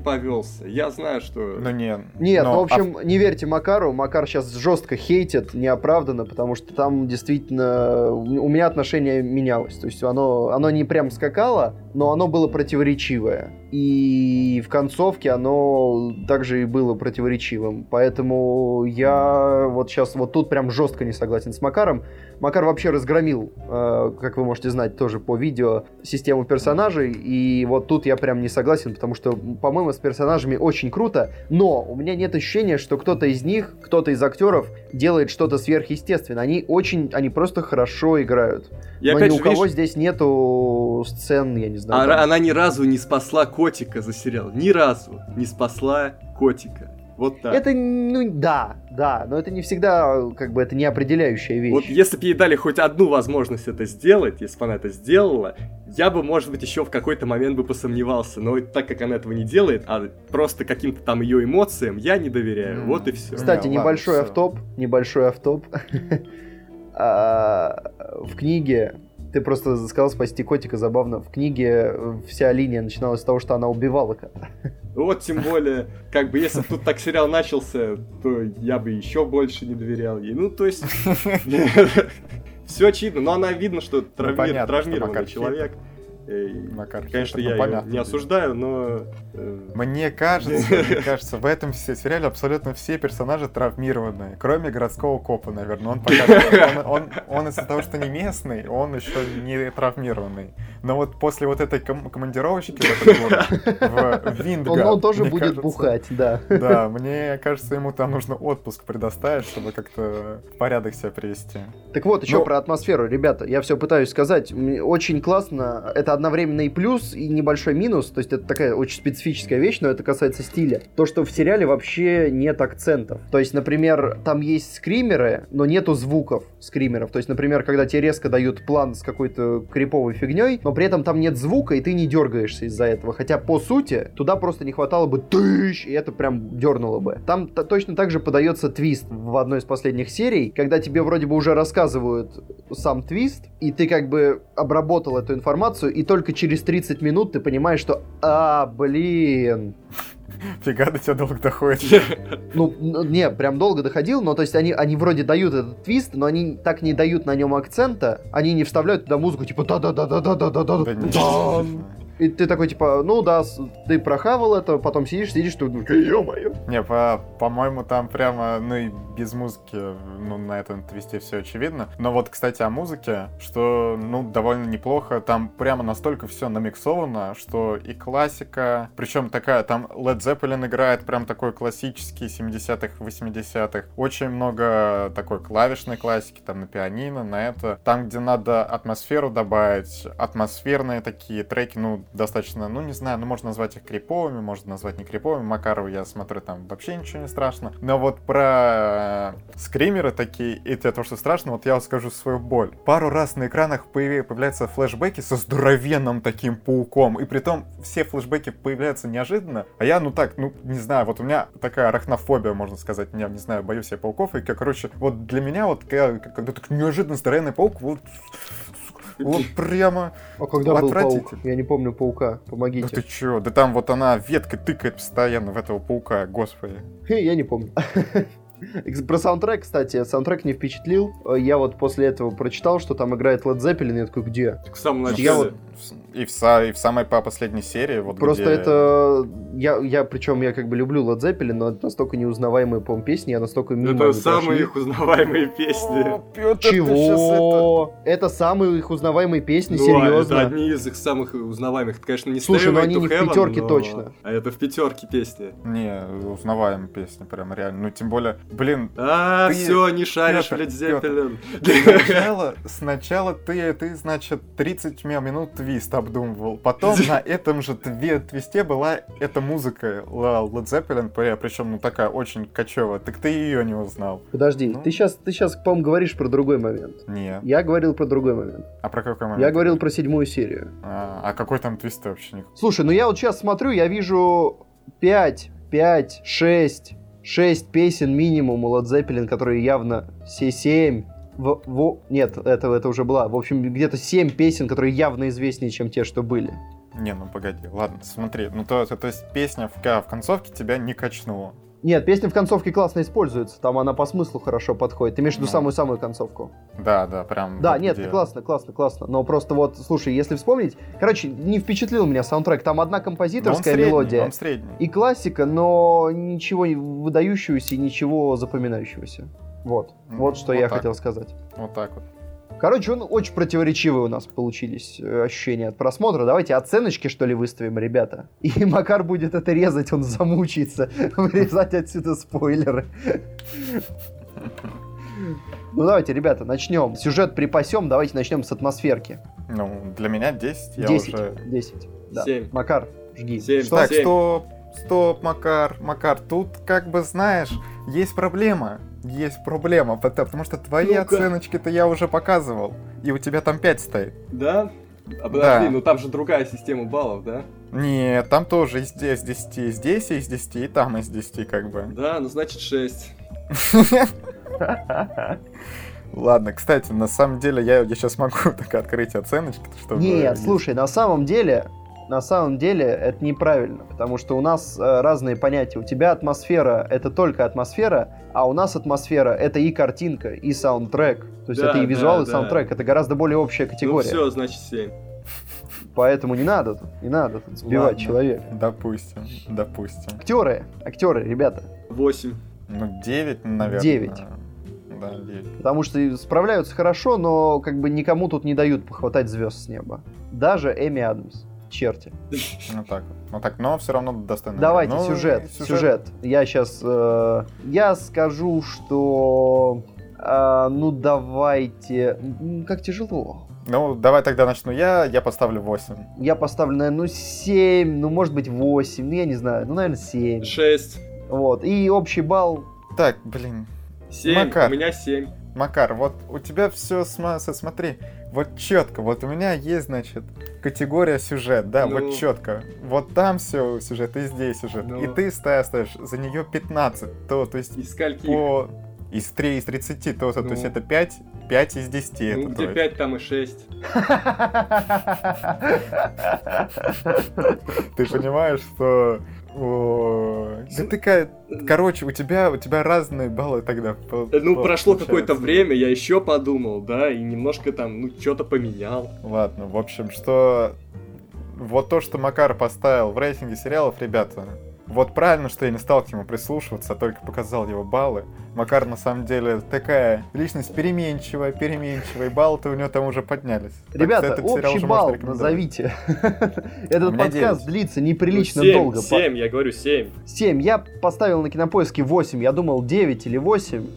Я знаю, что... в общем, не верьте Макару. Макар сейчас жестко хейтит, неоправданно, потому что там действительно у меня отношение менялось. То есть оно не прям скакало, но оно было противоречивое. И в концовке оно также и было противоречивым. Поэтому я вот сейчас вот тут прям жестко не согласен с Макаром. Макар вообще разгромил, как вы можете знать тоже по видео, систему персонажей. И вот тут я прям не согласен, потому что, по-моему, с персонажами очень круто. Но у меня нет ощущения, что кто-то из них, кто-то из актеров делает что-то сверхъестественное. Они просто хорошо играют. Но ни у кого здесь нету сцен, я не знаю. Она ни разу не спасла котика за сериал. Ни разу не спасла котика. Вот так. Это, да, но это не всегда, как бы, это не определяющая вещь. Вот если бы ей дали хоть одну возможность это сделать, если бы она это сделала, я бы, может быть, еще в какой-то момент бы посомневался. Но так как она этого не делает, а просто каким-то там ее эмоциям, я не доверяю. Вот и все. Кстати, небольшой автоп. В книге... Ты просто сказал спасти котика, забавно. В книге вся линия начиналась с того, что она убивала кота. Вот, тем более, как бы, если бы тут так сериал начался, то я бы еще больше не доверял ей. То есть... Все очевидно, но она видно, что травмированный человек. Макар Конечно, хитр, я ну, его не осуждаю, но... Мне кажется, в этом сериале абсолютно все персонажи травмированы, кроме городского копа, наверное. Он показывает, он из-за того, что не местный, он еще не травмированный. Но вот после вот этой командировочки в этот город, в Виндгар, он тоже будет бухать, да. Да, мне кажется, ему там нужно отпуск предоставить, чтобы как-то в порядок себя привести. Так вот, еще про атмосферу, ребята, я все пытаюсь сказать. Очень классно, это одновременно и плюс, и небольшой минус, то есть это такая очень специфическая вещь, но это касается стиля. То, что в сериале вообще нет акцентов. То есть, например, там есть скримеры, но нету звуков скримеров. То есть, например, когда тебе резко дают план с какой-то криповой фигней, но при этом там нет звука, и ты не дергаешься из-за этого. Хотя, по сути, туда просто не хватало бы тыщ, и это прям дернуло бы. Там точно так же подается твист в одной из последних серий, когда тебе вроде бы уже рассказывают сам твист, и ты как бы обработал эту информацию, и только через 30 минут ты понимаешь, что блин. Фига до тебя долго доходит. Ну, не, прям долго доходил, но то есть они вроде дают этот твист, но они так не дают на нем акцента, они не вставляют туда музыку, типа да-да-да-да-да-да-да-да. И ты такой, типа, ну да, ты прохавал это, потом сидишь, ты думаешь, ё-моё. Не, по-моему, там прямо, ну и без музыки, ну, на этом твисте все очевидно. Но вот, кстати, о музыке, что, ну, довольно неплохо. Там прямо настолько все намиксовано, что и классика, причем такая, там Led Zeppelin играет прям такой классический 70-х, 80-х. Очень много такой клавишной классики, там на пианино, на это. Там, где надо атмосферу добавить, атмосферные такие треки, ну, достаточно, ну, не знаю, ну, можно назвать их криповыми, можно назвать не криповыми. Макарову, я смотрю, там вообще ничего не страшно. Но вот про скримеры такие, и то, что страшно, вот я вам скажу свою боль. Пару раз на экранах появляются флешбеки со здоровенным таким пауком, и притом все флешбеки появляются неожиданно, а я, ну так, ну, не знаю, вот у меня такая арахнофобия, можно сказать, я не знаю, боюсь я пауков, и, короче, вот для меня вот, когда так неожиданно здоровенный паук, вот прямо А когда был паук? Я не помню паука. Помогите. Да ты чё? Да там вот она веткой тыкает постоянно в этого паука, господи. Я не помню. Про саундтрек, кстати, саундтрек не впечатлил. Я вот после этого прочитал, что там играет Led Zeppelin, я такой, где? В самом начале. И в самой последней серии. Вот просто где... это... Причем я как бы люблю Led Zeppelin, но это настолько неузнаваемые, по-моему, песни, я настолько мимо. Это самые их узнаваемые песни. Пётр, чего? Это самые их узнаваемые песни, серьезно? Это одни из их самых узнаваемых. Это, конечно, не Слушай, но они не в пятерке точно. А это в пятерке песни. Не, узнаваемые песни, прям реально. Ну, тем более, блин... Все, не шаришь в Led Zeppelin. Сначала ты, значит, 30 минут твист обдумывал. Потом на этом же твисте была эта музыка Led Zeppelin, причем, ну, такая очень кочевая. Так ты ее не узнал. Подожди, ты сейчас, по-моему, говоришь про другой момент. Нет. Я говорил про другой момент. А про какой момент? Я говорил про 7-ю серию. А какой там твист вообще? Слушай, ну я вот сейчас смотрю, я вижу 5, 6 песен минимум у Led Zeppelin, которые явно все 7. Нет, это уже была. В общем, где-то 7 песен, которые явно известнее, чем те, что были. Не, ну погоди, ладно, смотри. Ну то есть песня в концовке тебя не качнула. Нет, песня в концовке классно используется. Там она по смыслу хорошо подходит. Ты имеешь в виду самую-самую концовку? Да, прям... Да, вот нет, где... классно. Но просто вот, слушай, если вспомнить... Короче, не впечатлил меня саундтрек. Там одна композиторская мелодия. Он средний. И классика, но ничего выдающегося и ничего запоминающегося. Вот что я хотел сказать. Вот так вот. Короче, очень противоречивые у нас получились ощущения от просмотра. Давайте оценочки, что ли, выставим, ребята. И Макар будет это резать, он замучается вырезать отсюда спойлеры. Ну давайте, ребята, начнем. Сюжет припасем, давайте начнем с атмосферки. Ну, для меня 10, я 10, уже... 10, да. 7. Макар, жги. 7. Так, 7. Стоп, Макар, тут, как бы, знаешь, есть проблема, потому что твои оценочки-то я уже показывал, и у тебя там 5 стоит. Да? А подожди, ну там же другая система баллов, да? Нет, там тоже из 10, из 10, из 10, и там из 10, как бы. Да, ну значит 6. Ладно, кстати, на самом деле, я сейчас могу так открыть оценочки, чтобы... Нет, слушай, на самом деле это неправильно, потому что у нас разные понятия. У тебя атмосфера — это только атмосфера, а у нас атмосфера — это и картинка, и саундтрек. То есть это и визуал, и саундтрек. Это гораздо более общая категория. Ну все, значит 7. Поэтому не надо тут сбивать человека. Допустим. Актеры, ребята. 8. 9, наверное. 9. Да, 9. Потому что справляются хорошо, но как бы никому тут не дают похватать звезд с неба. Даже Эми Адамс. Черти. Ну так, но все равно достойно. Давайте, сюжет. Я сейчас... я скажу, что... давайте... Как тяжело. Ну, давай тогда начну я поставлю 8. Я поставлю, наверное, 7, может быть 8, я не знаю, наверное, 7. 6. Вот, и общий балл... Так, блин. 7, Макар. У меня 7. Макар, вот у тебя все, смотри, вот четко, вот у меня есть, значит, категория сюжет, да, вот четко. Вот там все сюжет, и здесь сюжет. И ты ставишь за нее 15, то есть... Из скольки? Из 3 из 30, то есть это 5 из 10. Ну, где 5, там и 6. Ты понимаешь, что... Да ты, короче, у тебя разные баллы тогда. Прошло какое-то время, я еще подумал, да, и немножко там, что-то поменял. Ладно, в общем, что... Вот то, что Макар поставил в рейтинге сериалов, ребята... Вот правильно, что я не стал к нему прислушиваться, а только показал его баллы. Макар, на самом деле, такая личность переменчивая, и баллы-то у него там уже поднялись. Ребята, общий балл назовите. Этот подкаст длится неприлично долго. 7, я говорю 7. 7, я поставил на Кинопоиске 8, я думал 9 или 8.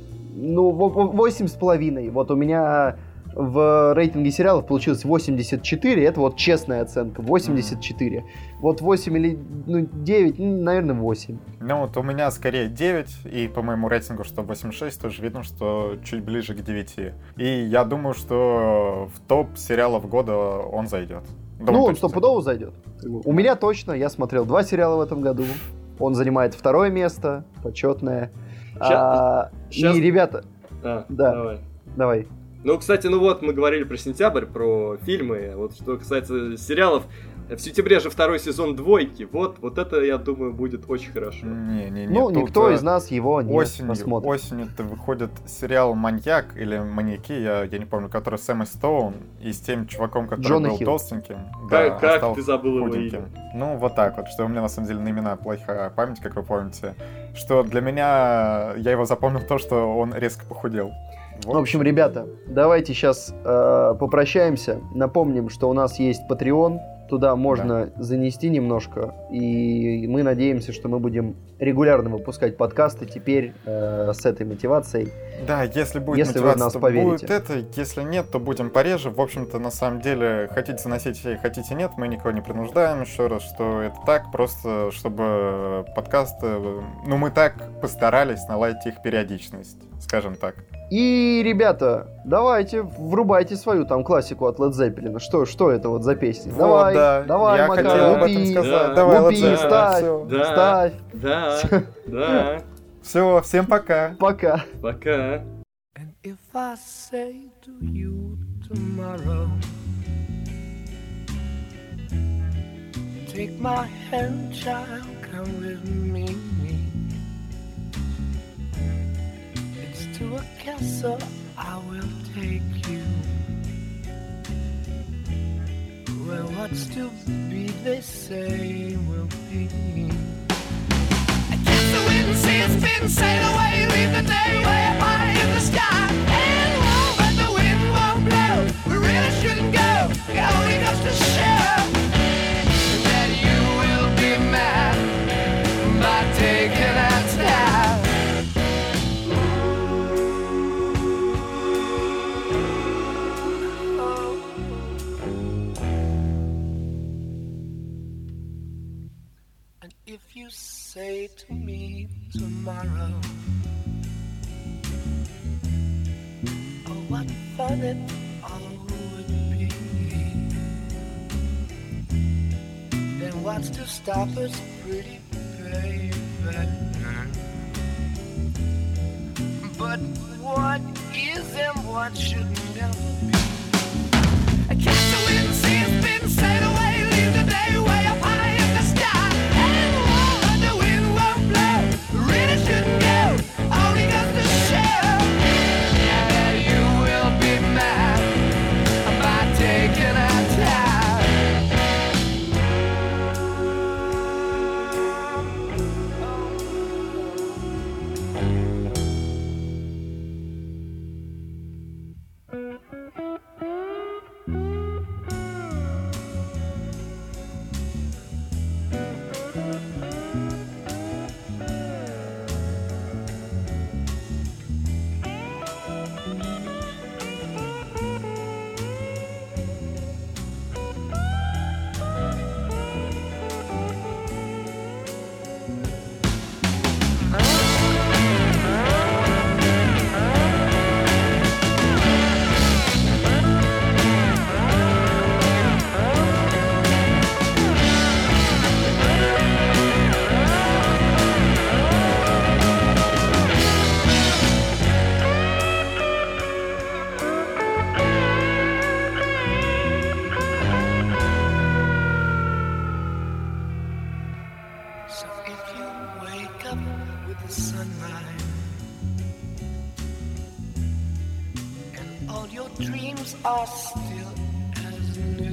8,5. Вот у меня... В рейтинге сериалов получилось 84, это вот честная оценка, 84. Вот 8 или 9, наверное, 8. Ну вот у меня скорее 9, и по моему рейтингу, что 8,6, тоже видно, что чуть ближе к 9. И я думаю, что в топ сериалов года он зайдет. Он стопудово зайдет. У меня точно, я смотрел 2 сериала в этом году. Он занимает 2 место, почетное. Сейчас... И, ребята... Давай. Кстати, мы говорили про сентябрь, про фильмы. Вот что касается сериалов, в сентябре же 2 сезон «Двойки». Вот это, я думаю, будет очень хорошо. Никто из нас его не посмотрит. Осенью-то выходит сериал «Маньяк» или «Маньяки», я не помню, который с Эммой Стоун и с тем чуваком, который Джона был Хилл. толстеньким. Как ты забыл его имя? Вот так вот, что у меня на самом деле на имена плохая память, как вы помните. Что для меня, я его запомнил то, что он резко похудел. В общем, ребята, давайте сейчас попрощаемся. Напомним, что у нас есть Patreon. Туда можно занести немножко. И мы надеемся, что мы будем регулярно выпускать подкасты теперь с этой мотивацией. Да, если будет мотивация, вы в нас то поверите. Будет это. Если нет, то будем пореже. В общем-то, на самом деле, хотите заносить, хотите нет, мы никого не принуждаем. Еще раз, что это так, просто чтобы подкасты... мы так постарались наладить их периодичность, скажем так. И, ребята, давайте, врубайте свою там классику от Led Zeppelin. Что это вот за песня? Вот, давай, я Макар, хотел об этом сказать. Давай, лупи, ставь. Да. Все, всем пока. Пока. And if I say to you tomorrow, take my hand, child, come with me. To a castle I will take you, where what's to be, they say, will be. I guess the wind see it's been sail away, leave the day way up high in the sky. And but the wind won't blow, we really shouldn't go, it only goes to show that you will be mad by taking that step. If you say to me tomorrow, oh, what fun it all would be, then what's to stop us, pretty baby? But what is and what should never be? I catch the wind, see it's been sailed away, leave the day way up high in the sky. Taking our time. dreams are still as new.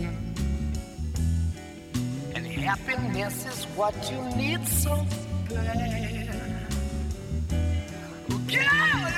And happiness is what you need so bad. Girl,